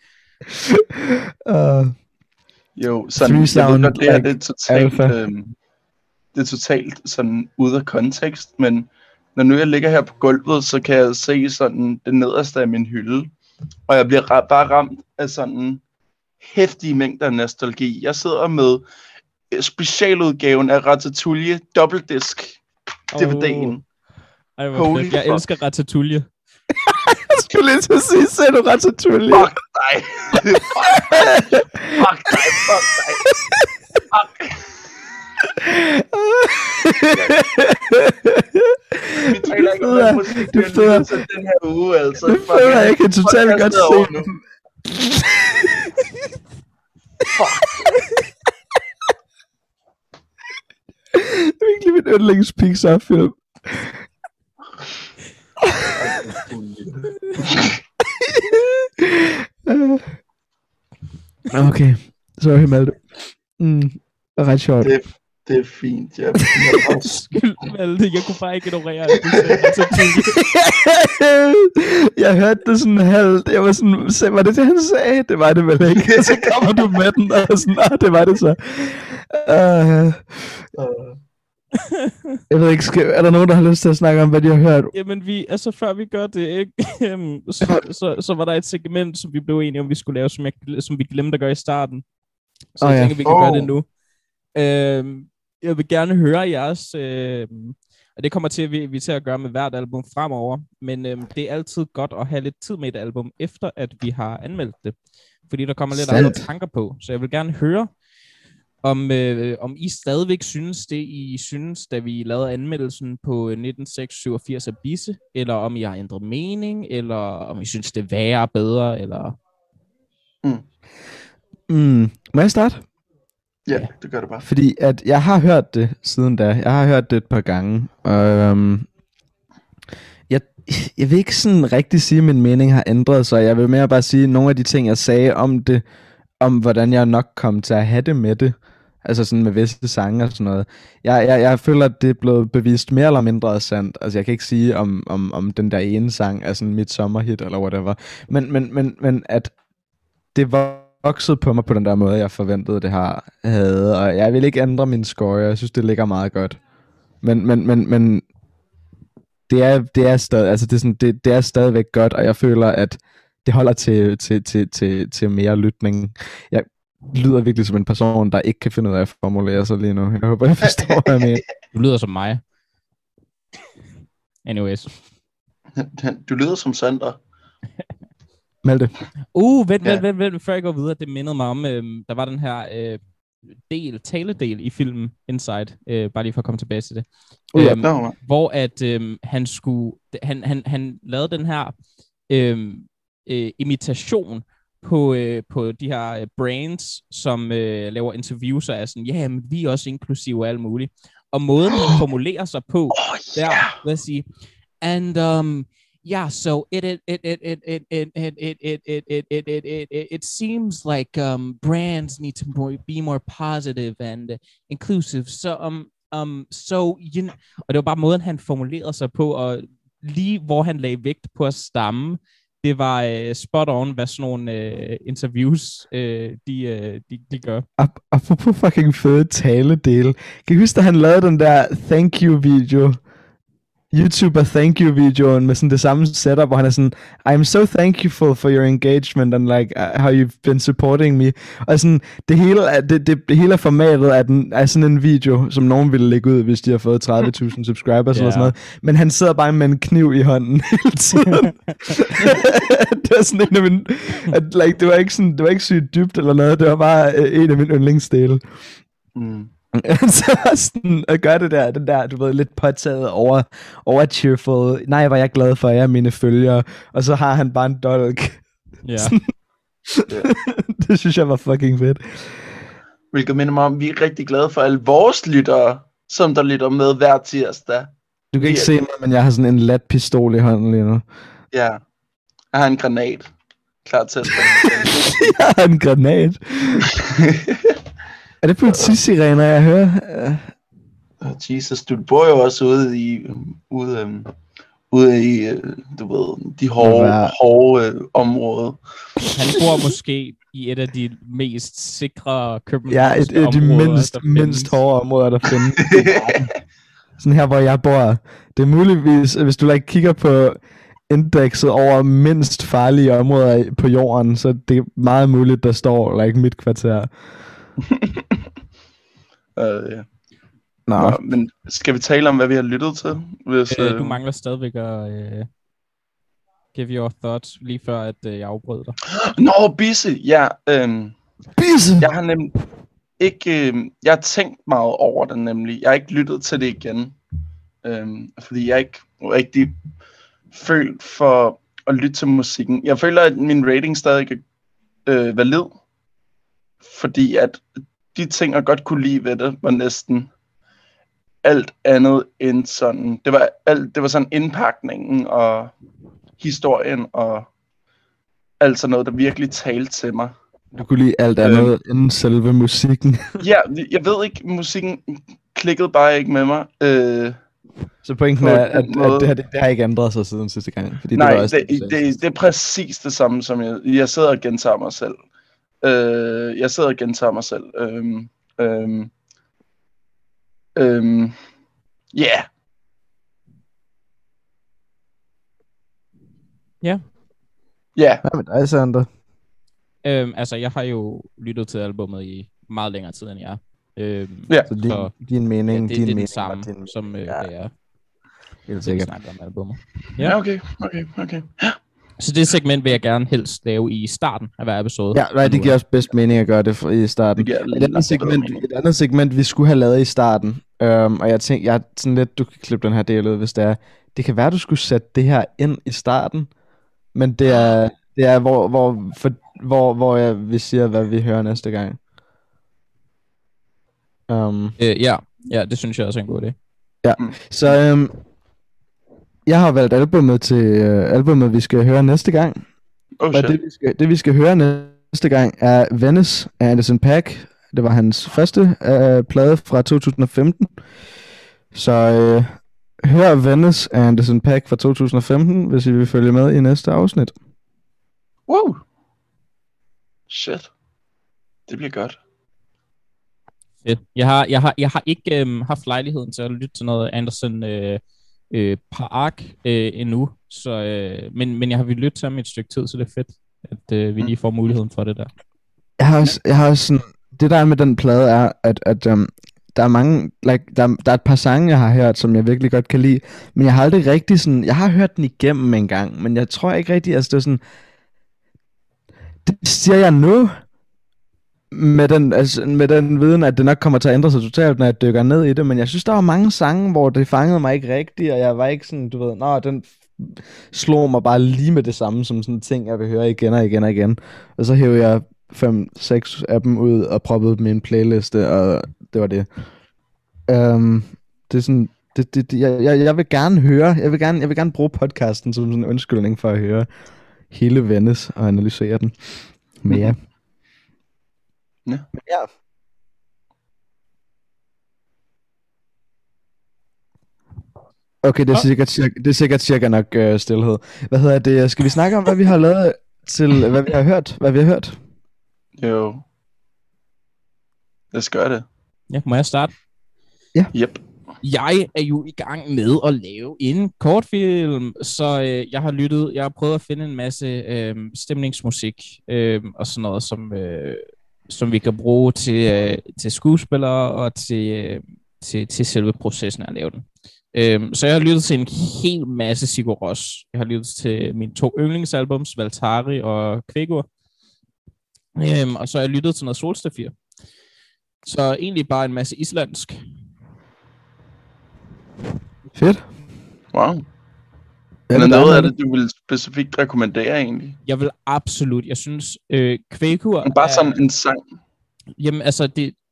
Jo, sådan, jeg ved godt, det her, det er totalt sådan ude af kontekst, men når nu jeg ligger her på gulvet, så kan jeg se sådan det nederste af min hylde, og jeg bliver bare ramt af sådan heftige mængder af nostalgi. Jeg sidder med specialudgaven af Ratatouille dobbeltdisk DVD'en. Jeg elsker Ratatouille. Jeg skulle lige til at sige, ser du Ratatouille? Fuck dig. Fuck dig. Vi taler ikke om den musik, den her uge, altså. Det føler jeg kan totalt godt se. Fuck. Det er virkelig min yndlings Pixar-film. Okay, sorry Malte. Det er ret sjovt. Det er fint, ja. Undskyld, Malte, jeg kunne bare ikke ignorere det. Jeg hørte det sådan halvt. Jeg var sådan, var det det, han sagde? Det var det vel ikke. Og så kommer du med den, og sådan, det var det så. Jeg ved ikke, er der nogen, der har lyst til at snakke om, hvad de har hørt? Jamen, før vi gør det, ikke? så var der et segment, som vi blev enige om, vi skulle lave, som vi glemte at gøre i starten. Så jeg tænker, vi kan gøre det nu. Jeg vil gerne høre jeres, og det kommer vi til at gøre med hvert album fremover, men det er altid godt at have lidt tid med et album, efter at vi har anmeldt det. fordi der kommer lidt andre tanker på. Så jeg vil gerne høre, om I stadigvæk synes det, I synes, da vi lavede anmeldelsen på 1987 af Bisse, eller om I har ændret mening, eller om I synes, det er værre bedre, eller... Må jeg starte? Ja, det gør det bare. Fordi at jeg har hørt det siden da. Jeg har hørt det et par gange. Og jeg vil ikke sådan rigtig sige, at min mening har ændret sig. Jeg vil mere bare sige nogle af de ting, jeg sagde om det, om hvordan jeg nok kom til at have det med det. Altså sådan med visse sange og sådan noget. Jeg føler, at det er blevet bevist mere eller mindre sandt. Altså jeg kan ikke sige, om den der ene sang er sådan mit sommerhit eller whatever. Men at det voksede på mig på den der måde, jeg forventede det havde. Og jeg vil ikke ændre min score. Jeg synes, det ligger meget godt. Men det er stadig, altså det er stadigvæk godt, og jeg føler, at det holder til mere lytning. Jeg lyder virkelig som en person, der ikke kan finde ud af at formulere sig lige nu. Jeg håber, jeg forstår, hvad jeg mener. Du lyder som mig. Anyways. Du lyder som Sander. Malte. Vent, før jeg går videre. Det mindede mig om, der var den her taledel i filmen Inside, bare lige for at komme tilbage til det. Hvor at han lavede den her imitation på de her brands, som laver interviews og er sådan, ja, men vi er også inklusive og alt muligt. Og måden han formulerer sig på, der, lad os sige, and yeah, so it seems like brands need to be more positive and inclusive. So you know, og det var bare måden han formulerede sig på, og lige hvor han lagde vægt på at stamme, det var spot on, hvad sådan nogle interviews de gør. Apropos fucking fede taledele. Kan I huske, da han lavede den der thank you video? YouTuber thank you videoen med sådan det samme setup, hvor han er sådan, I'm so thankful for your engagement and like how you've been supporting me. Og sådan det hele formatet er sådan en video, som nogen ville lægge ud, hvis de har fået 30.000 subscribers eller sådan noget. Men han sidder bare med en kniv i hånden hele tiden. Det var sådan en af mine, like, det var ikke sygt dybt eller noget, det var bare en af mine yndlingsdele. Så sådan at gøre det der, den der, du ved, lidt påtaget over cheerful. Nej, var jeg glad for jer, mine følgere. Og så har han bare en dolk. Ja. Det synes jeg var fucking fedt. Hvilket minder mig om, vi er rigtig glade for alle vores lyttere, som der lytter med hver tirsdag. Du kan ikke se mig, men jeg har sådan en lat pistol i hånden lige nu. Ja. Jeg har en granat. Klar til at spille. Jeg har en granat. Er det politisirener, jeg hører? Jesus, du bor jo også ude i du ved, de hårde områder. Han bor måske i et af de mest sikre københavnske områder. Ja, et af de mindst hårde områder, der findes. Sådan her, hvor jeg bor. Det er muligvis, hvis du like, kigger på indekset over mindst farlige områder på jorden, så det er meget muligt, der står like, mit kvarter. Ja. Nå, men skal vi tale om, hvad vi har lyttet til? Hvis, du mangler stadigvæk at give your thoughts, lige før at jeg afbrød dig. Nå, Bisse, ja. Bisse! Jeg har nemlig ikke... jeg har tænkt meget over det nemlig. Jeg har ikke lyttet til det igen. Fordi jeg ikke rigtig følt for at lytte til musikken. Jeg føler, at min rating stadig er valid. Fordi at de ting, jeg godt kunne lide ved det, var næsten alt andet end sådan. Det var sådan indpakningen og historien og alt sådan noget, der virkelig talte til mig. Du kunne lide alt andet end selve musikken. Ja, jeg ved ikke, musikken klikkede bare ikke med mig. Så pointen er, at det har ikke ændret sig siden sidste gang? Fordi nej, det, det er præcis det samme, som jeg sidder og gentager mig selv. Jeg sidder og gentager mig selv. Yeah. Ja. Ja. Hvad med dig, Sander? Altså, jeg har jo lyttet til albumet i meget længere tid end jeg. Ja. Så din mening, det er den samme, som det er. Helt sikkert. Snakker om albumet. Ja, okay. Så det segment vil jeg gerne helst lave i starten af hver episode. Ja, nej, det giver også bedst mening at gøre det i starten. Et andet segment, vi skulle have lavet i starten, og jeg tænkte, sådan lidt, du kan klippe den her del ud, hvis det er. Det kan være, du skulle sætte det her ind i starten, men det er hvor vi siger, hvad vi hører næste gang. Ja, det synes jeg også er en god idé. Ja, så jeg har valgt albumet til albumet, vi skal høre næste gang. Og det vi skal høre næste gang er Venice af Anderson .Paak. Det var hans første plade fra 2015. Så hør Venice af Anderson .Paak fra 2015, hvis I vil følge med i næste afsnit. Wow. Shit. Det bliver godt. Fedt. Jeg har ikke haft lejligheden til at lytte til noget Anderson Paak endnu, så, men jeg har lyttet til ham et stykke tid, så det er fedt, at vi lige får muligheden for det der. Jeg har også sådan, det der med den plade er, at der er mange, der er et par sange, jeg har hørt, som jeg virkelig godt kan lide, men jeg har aldrig rigtig sådan, jeg har hørt den igennem en gang, men jeg tror ikke rigtig, altså det er sådan, det siger jeg nu, med den viden, at det nok kommer til at ændre sig totalt, når jeg dykker ned i det, men jeg synes, der var mange sange, hvor det fangede mig ikke rigtigt, og jeg var ikke sådan, du ved, den slog mig bare lige med det samme, som sådan en ting, jeg vil høre igen og igen og igen. Og så hævde jeg 5-6 af dem ud og proppede dem i en playliste, og det var det. Det er sådan, jeg vil gerne høre, jeg vil gerne bruge podcasten som sådan en undskyldning for at høre hele Venice og analysere den. Men ja. Ja. Okay, det er sikkert cirka nok stilhed. Hvad hedder det? Skal vi snakke om, hvad vi har lavet til, hvad vi har hørt? Jo. Lad os gøre det. Ja, må jeg starte? Ja. Yep. Jeg er jo i gang med at lave en kortfilm, så jeg har prøvet at finde en masse stemningsmusik og sådan noget, som vi kan bruge til skuespillere og til selve processen at lave den. Så jeg har lyttet til en hel masse Sigur Rós. Jeg har lyttet til mine 2 yndlingsalbums, Valtari og Kveikur. Og så har jeg lyttet til noget Solstafir. Så egentlig bare en masse islandsk. Fedt. Wow. Er der noget af det, du vil specifikt rekommendere egentlig? Jeg vil absolut. Jeg synes, Kveikur bare sådan en sang. Jamen, altså,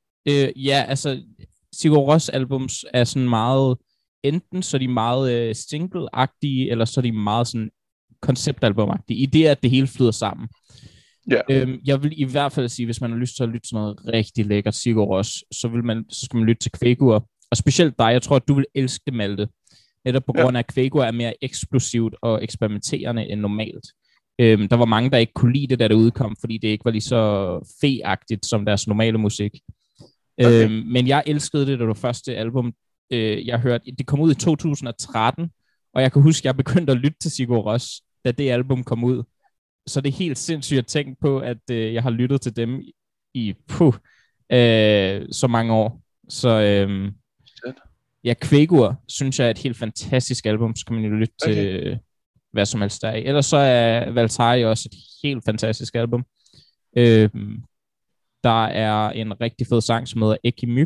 Sigur Rós albums er sådan meget, enten så er de meget single-agtige, eller så er de meget sådan konceptalbum-agtige. I det, at det hele flyder sammen. Yeah. Jeg vil i hvert fald sige, hvis man har lyst til at lytte til noget rigtig lækkert Sigur Rós, så skal man lytte til Kveikur. Og specielt dig, jeg tror, at du vil elske det, Malte. Netop på grund af, at Kveikur er mere eksplosivt og eksperimenterende end normalt. Der var mange, der ikke kunne lide det, da det udkom, fordi det ikke var lige så fe-agtigt som deres normale musik. Okay. Men jeg elskede det, da det var første album, jeg hørte. Det kom ud i 2013, og jeg kan huske, at jeg begyndte at lytte til Sigur Rós, da det album kom ud. Så det er helt sindssygt at tænke på, at jeg har lyttet til dem i så mange år. Så ja, Kveikur synes jeg er et helt fantastisk album, så kan man jo lytte til hvad som helst der er. Ellers så er Valtari også et helt fantastisk album. Der er en rigtig fed sang, som hedder Ekki Myg.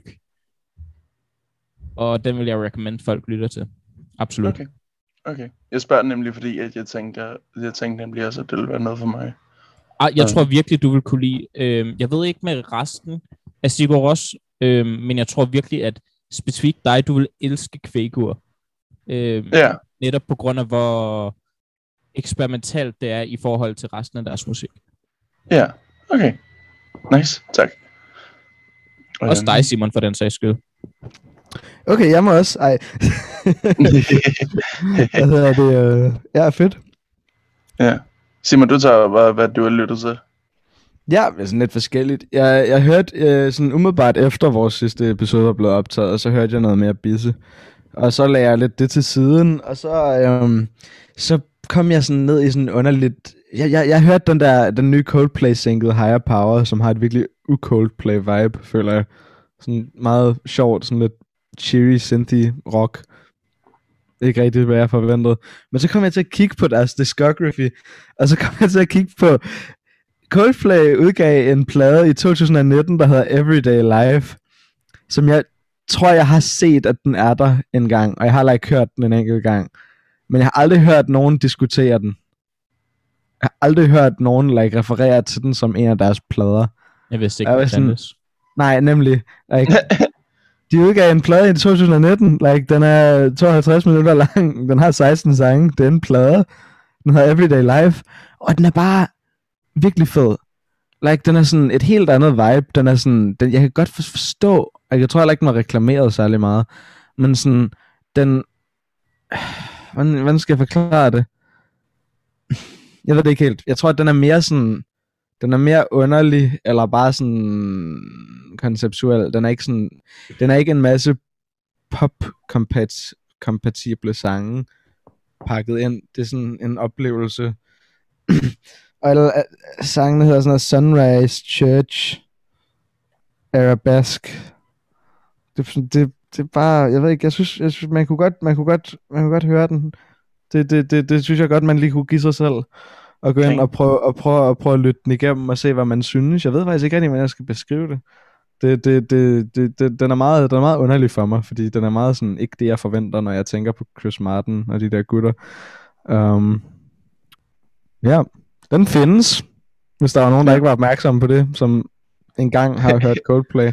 Og den vil jeg recommende folk lytter til. Absolut. Okay. Jeg spørger nemlig, fordi at jeg tænkte nemlig også, at det ville være noget for mig. Jeg tror virkelig, du vil kunne lide. Jeg ved ikke med resten af Sigur Rós, men jeg tror virkelig, at specifikt dig, du vil elske Kveikur. Netop på grund af, hvor eksperimentalt det er i forhold til resten af deres musik. Ja, okay. Nice, tak. Også dig, Simon, for den sags skyld. Okay, jeg må også. Ej. Hvad hedder det? Ja, fedt. Ja. Simon, du tager, hvad du har lyttet til? Ja, det er sådan lidt forskelligt. Jeg hørte sådan umiddelbart efter vores sidste episode var blevet optaget, og så hørte jeg noget mere Bisse. Og så lagde jeg lidt det til siden, og så kom jeg sådan ned i sådan underligt. Jeg hørte den nye Coldplay single Higher Power, som har et virkelig u-Coldplay vibe, føler jeg. Sådan meget sjovt, sådan lidt cheery, synthy rock. ikke rigtig, hvad jeg forventede. Men så kom jeg til at kigge på deres discography, og så kom jeg til at kigge på, Coldplay udgav en plade i 2019, der hedder Everyday Life, som jeg tror, jeg har set, at den er der en gang, og jeg har ikke hørt den en enkelt gang. Men jeg har aldrig hørt nogen diskutere den. Jeg har aldrig hørt nogen referere til den som en af deres plader. Jeg vidste ikke, hvad det nej, nemlig. De udgav en plade i 2019. Den er 52 minutter lang. Den har 16 sange. Det er en plade. Den hedder Everyday Life. Og den er bare virkelig fed. Den er sådan et helt andet vibe. Den er sådan, jeg kan godt forstå. Jeg tror heller ikke, den var reklameret særlig meget. Men sådan, den... Hvordan skal jeg forklare det? Jeg ved det ikke helt. Jeg tror, at den er mere sådan... Den er mere underlig, eller bare sådan konceptuel. Den er ikke en masse pop-kompatible sange pakket ind. Det er sådan en oplevelse. Og sangene hedder sådan noget Sunrise, Church, Arabesque. Det er bare, jeg ved ikke, jeg synes man kunne godt høre den. Det synes jeg godt, man lige kunne give sig selv. Og gå ind og prøve at lytte den igennem og se, hvad man synes. Jeg ved faktisk ikke rigtig, hvordan jeg skal beskrive det. Den er meget underlig for mig, fordi den er meget sådan, ikke det jeg forventer, når jeg tænker på Chris Martin og de der gutter. Ja, den findes, hvis der var nogen, der ikke var opmærksomme på det, som engang har hørt Coldplay.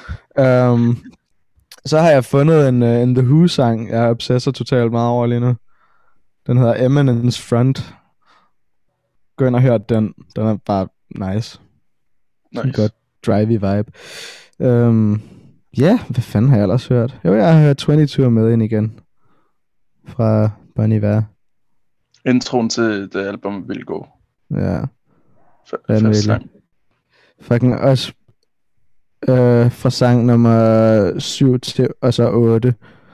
Så har jeg fundet en The Who-sang, jeg obsesser totalt meget over lige nu. Den hedder Eminence Front. Gå ind og hør den. Den er bare nice. En godt drivey vibe. Ja, hvad fanden har jeg ellers hørt? Jo, jeg har hørt 22 med ind igen. Fra Bon Iver. Introen til det album vil gå. Ja. Første sang. Fucking også fra sang nummer 7 til og så 8.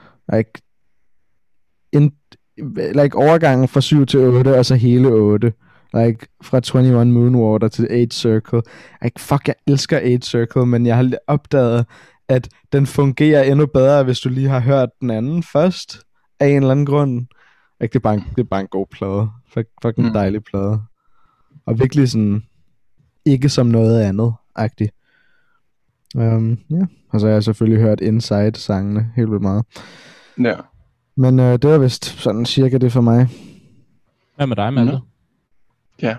Overgangen fra 7 til 8 og så hele 8. Fra 21 Moonwater til 8 Circle. Jeg elsker 8 Circle, men jeg har opdaget, at den fungerer endnu bedre, hvis du lige har hørt den anden først, af en eller anden grund. Det er bare en god plade. Fucking dejlig plade. Og virkelig sådan, ikke som noget andet-agtigt. Ja. Og så har jeg selvfølgelig hørt Inside-sangene helt vildt meget. Ja. Men det var vist sådan cirka det for mig. Hvad med dig, Malte? Ja.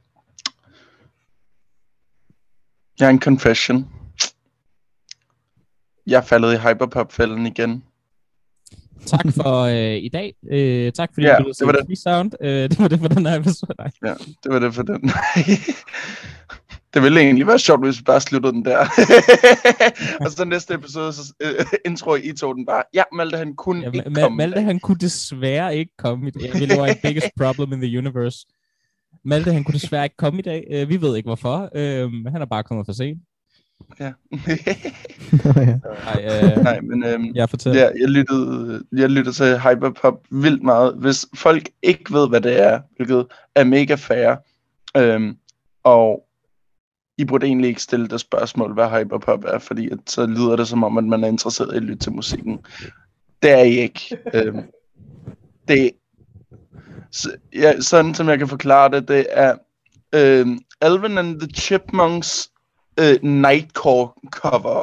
Jeg har en confession. Jeg er faldet i hyperpop-fælden igen. Tak for i dag. Tak fordi du så det sound. Det var det for den her episode. Ja, det var det for den. Det ville egentlig være sjovt, hvis vi bare sluttede den der. Og så næste episode, så intro I tog den bare. Ja, Malte han kunne ikke komme. Malte han kunne desværre ikke komme i dag. Det var et biggest problem in the universe. Malte han kunne desværre ikke komme i dag. Vi ved ikke hvorfor. Han er bare kommet for sent. Ja. Nej, men jeg fortæller. Ja, jeg lyttede til hyperpop vildt meget. Hvis folk ikke ved, hvad det er, hvilket er mega fair, og I burde egentlig ikke stille det spørgsmål, hvad hyperpop er, fordi at, så lyder det som om, at man er interesseret i at lytte til musikken. Det er I ikke. Det sådan som jeg kan forklare det, det er Alvin and the Chipmunks Nightcore cover.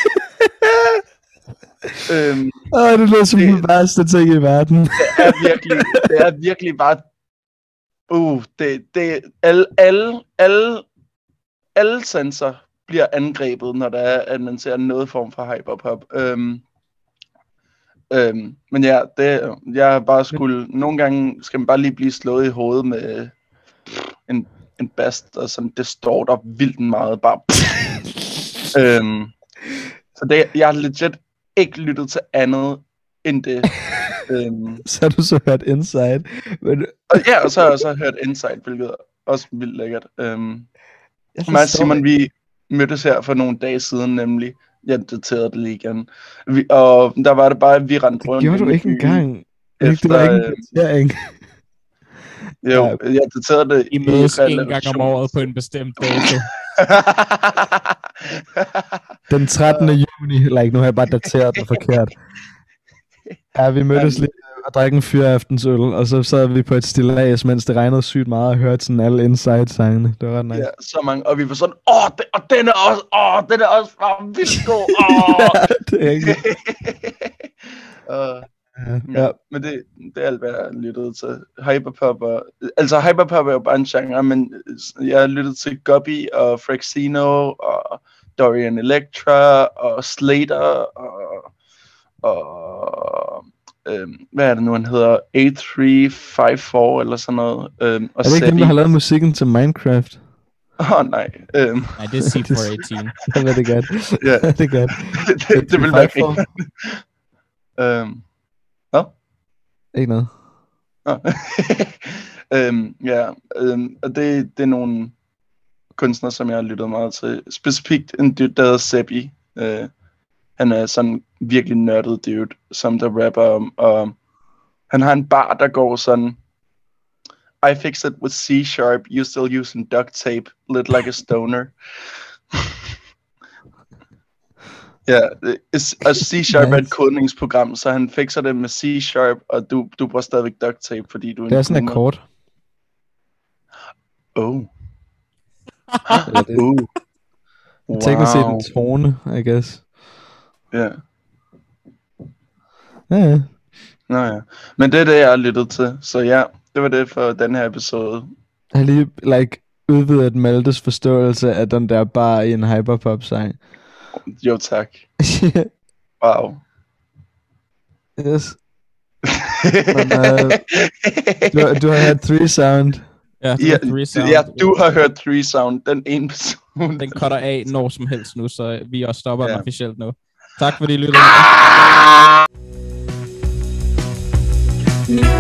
Det lyder som den værste ting i verden. Det er virkelig bare alle sanser bliver angrebet, når der er, at man ser noget form for hyperpop. Men ja, jeg bare skulle nogle gange skal man bare lige blive slået i hovedet med en bass, og sådan distorter vildt meget bare. Så det, jeg har legit ikke lyttet til andet end det. Så har du så hørt Inside. Men... Ja, og så har jeg også hørt Inside, hvilket er også vildt lækkert. Mig og Simon, vi mødtes her for nogle dage siden, nemlig. Jeg daterede det lige igen. Og der var det bare, at vi rendte rundt. Det gjorde du ikke engang. Det var ikke en datering. Jo, jeg daterede det I mødes en gang om året på en bestemt dato. Den 13. juni, nu har jeg bare dateret det forkert. Ja, vi mødtes lige og drikke en fyraftensøl, og så sad vi på et stillads, mens det regnede sygt meget, og hørte sådan alle Inside-sangene. Det var ret nice. Ja, så mange, og vi var sådan, den er også vildt god, ja, det er ikke ja. Men det er alt, hvad jeg lyttede til. Hyperpop er jo bare en genre, men jeg har lyttet til Gubby og Fraxino og Dorian Electra og Slater og hvad er det nu, han hedder? A354 eller sådan noget. Og er det ikke dem, der har lavet musikken til Minecraft? Nej. Nej, det er C418. Jeg ved det godt. Ja. Det er godt. det vil være fint. Hvad? Ikke noget. Og det er nogle kunstnere, som jeg har lyttet meget til. Specifikt en dude, der hedder Seppi. Han er sådan virkelig nørdet dude, som der rapper om. Og han har en bar, der går sådan: I fix it with C-sharp, you still using duct tape, lit like a stoner. Ja, og C-sharp er et kodningsprogram, så han fikser det med C-sharp, og du bruger stadigvæk duct tape, fordi du er en det er sådan en akkord. Wow. Teknisk set en tone, I guess. Ja. Ja. Nå ja. Men det er det, jeg har lyttet til. Så ja, det var det for den her episode. Jeg har lige udvidet Maltes forståelse af den der bar i en hyperpop-sang. Jo, tak. Wow. Yes. Men, du har hørt 3 Sound. Ja, du har hørt 3 Sound. Den ene person. Den cutter af når som helst nu, så vi også stopper den officielt nu. Tak fordi I lyttede.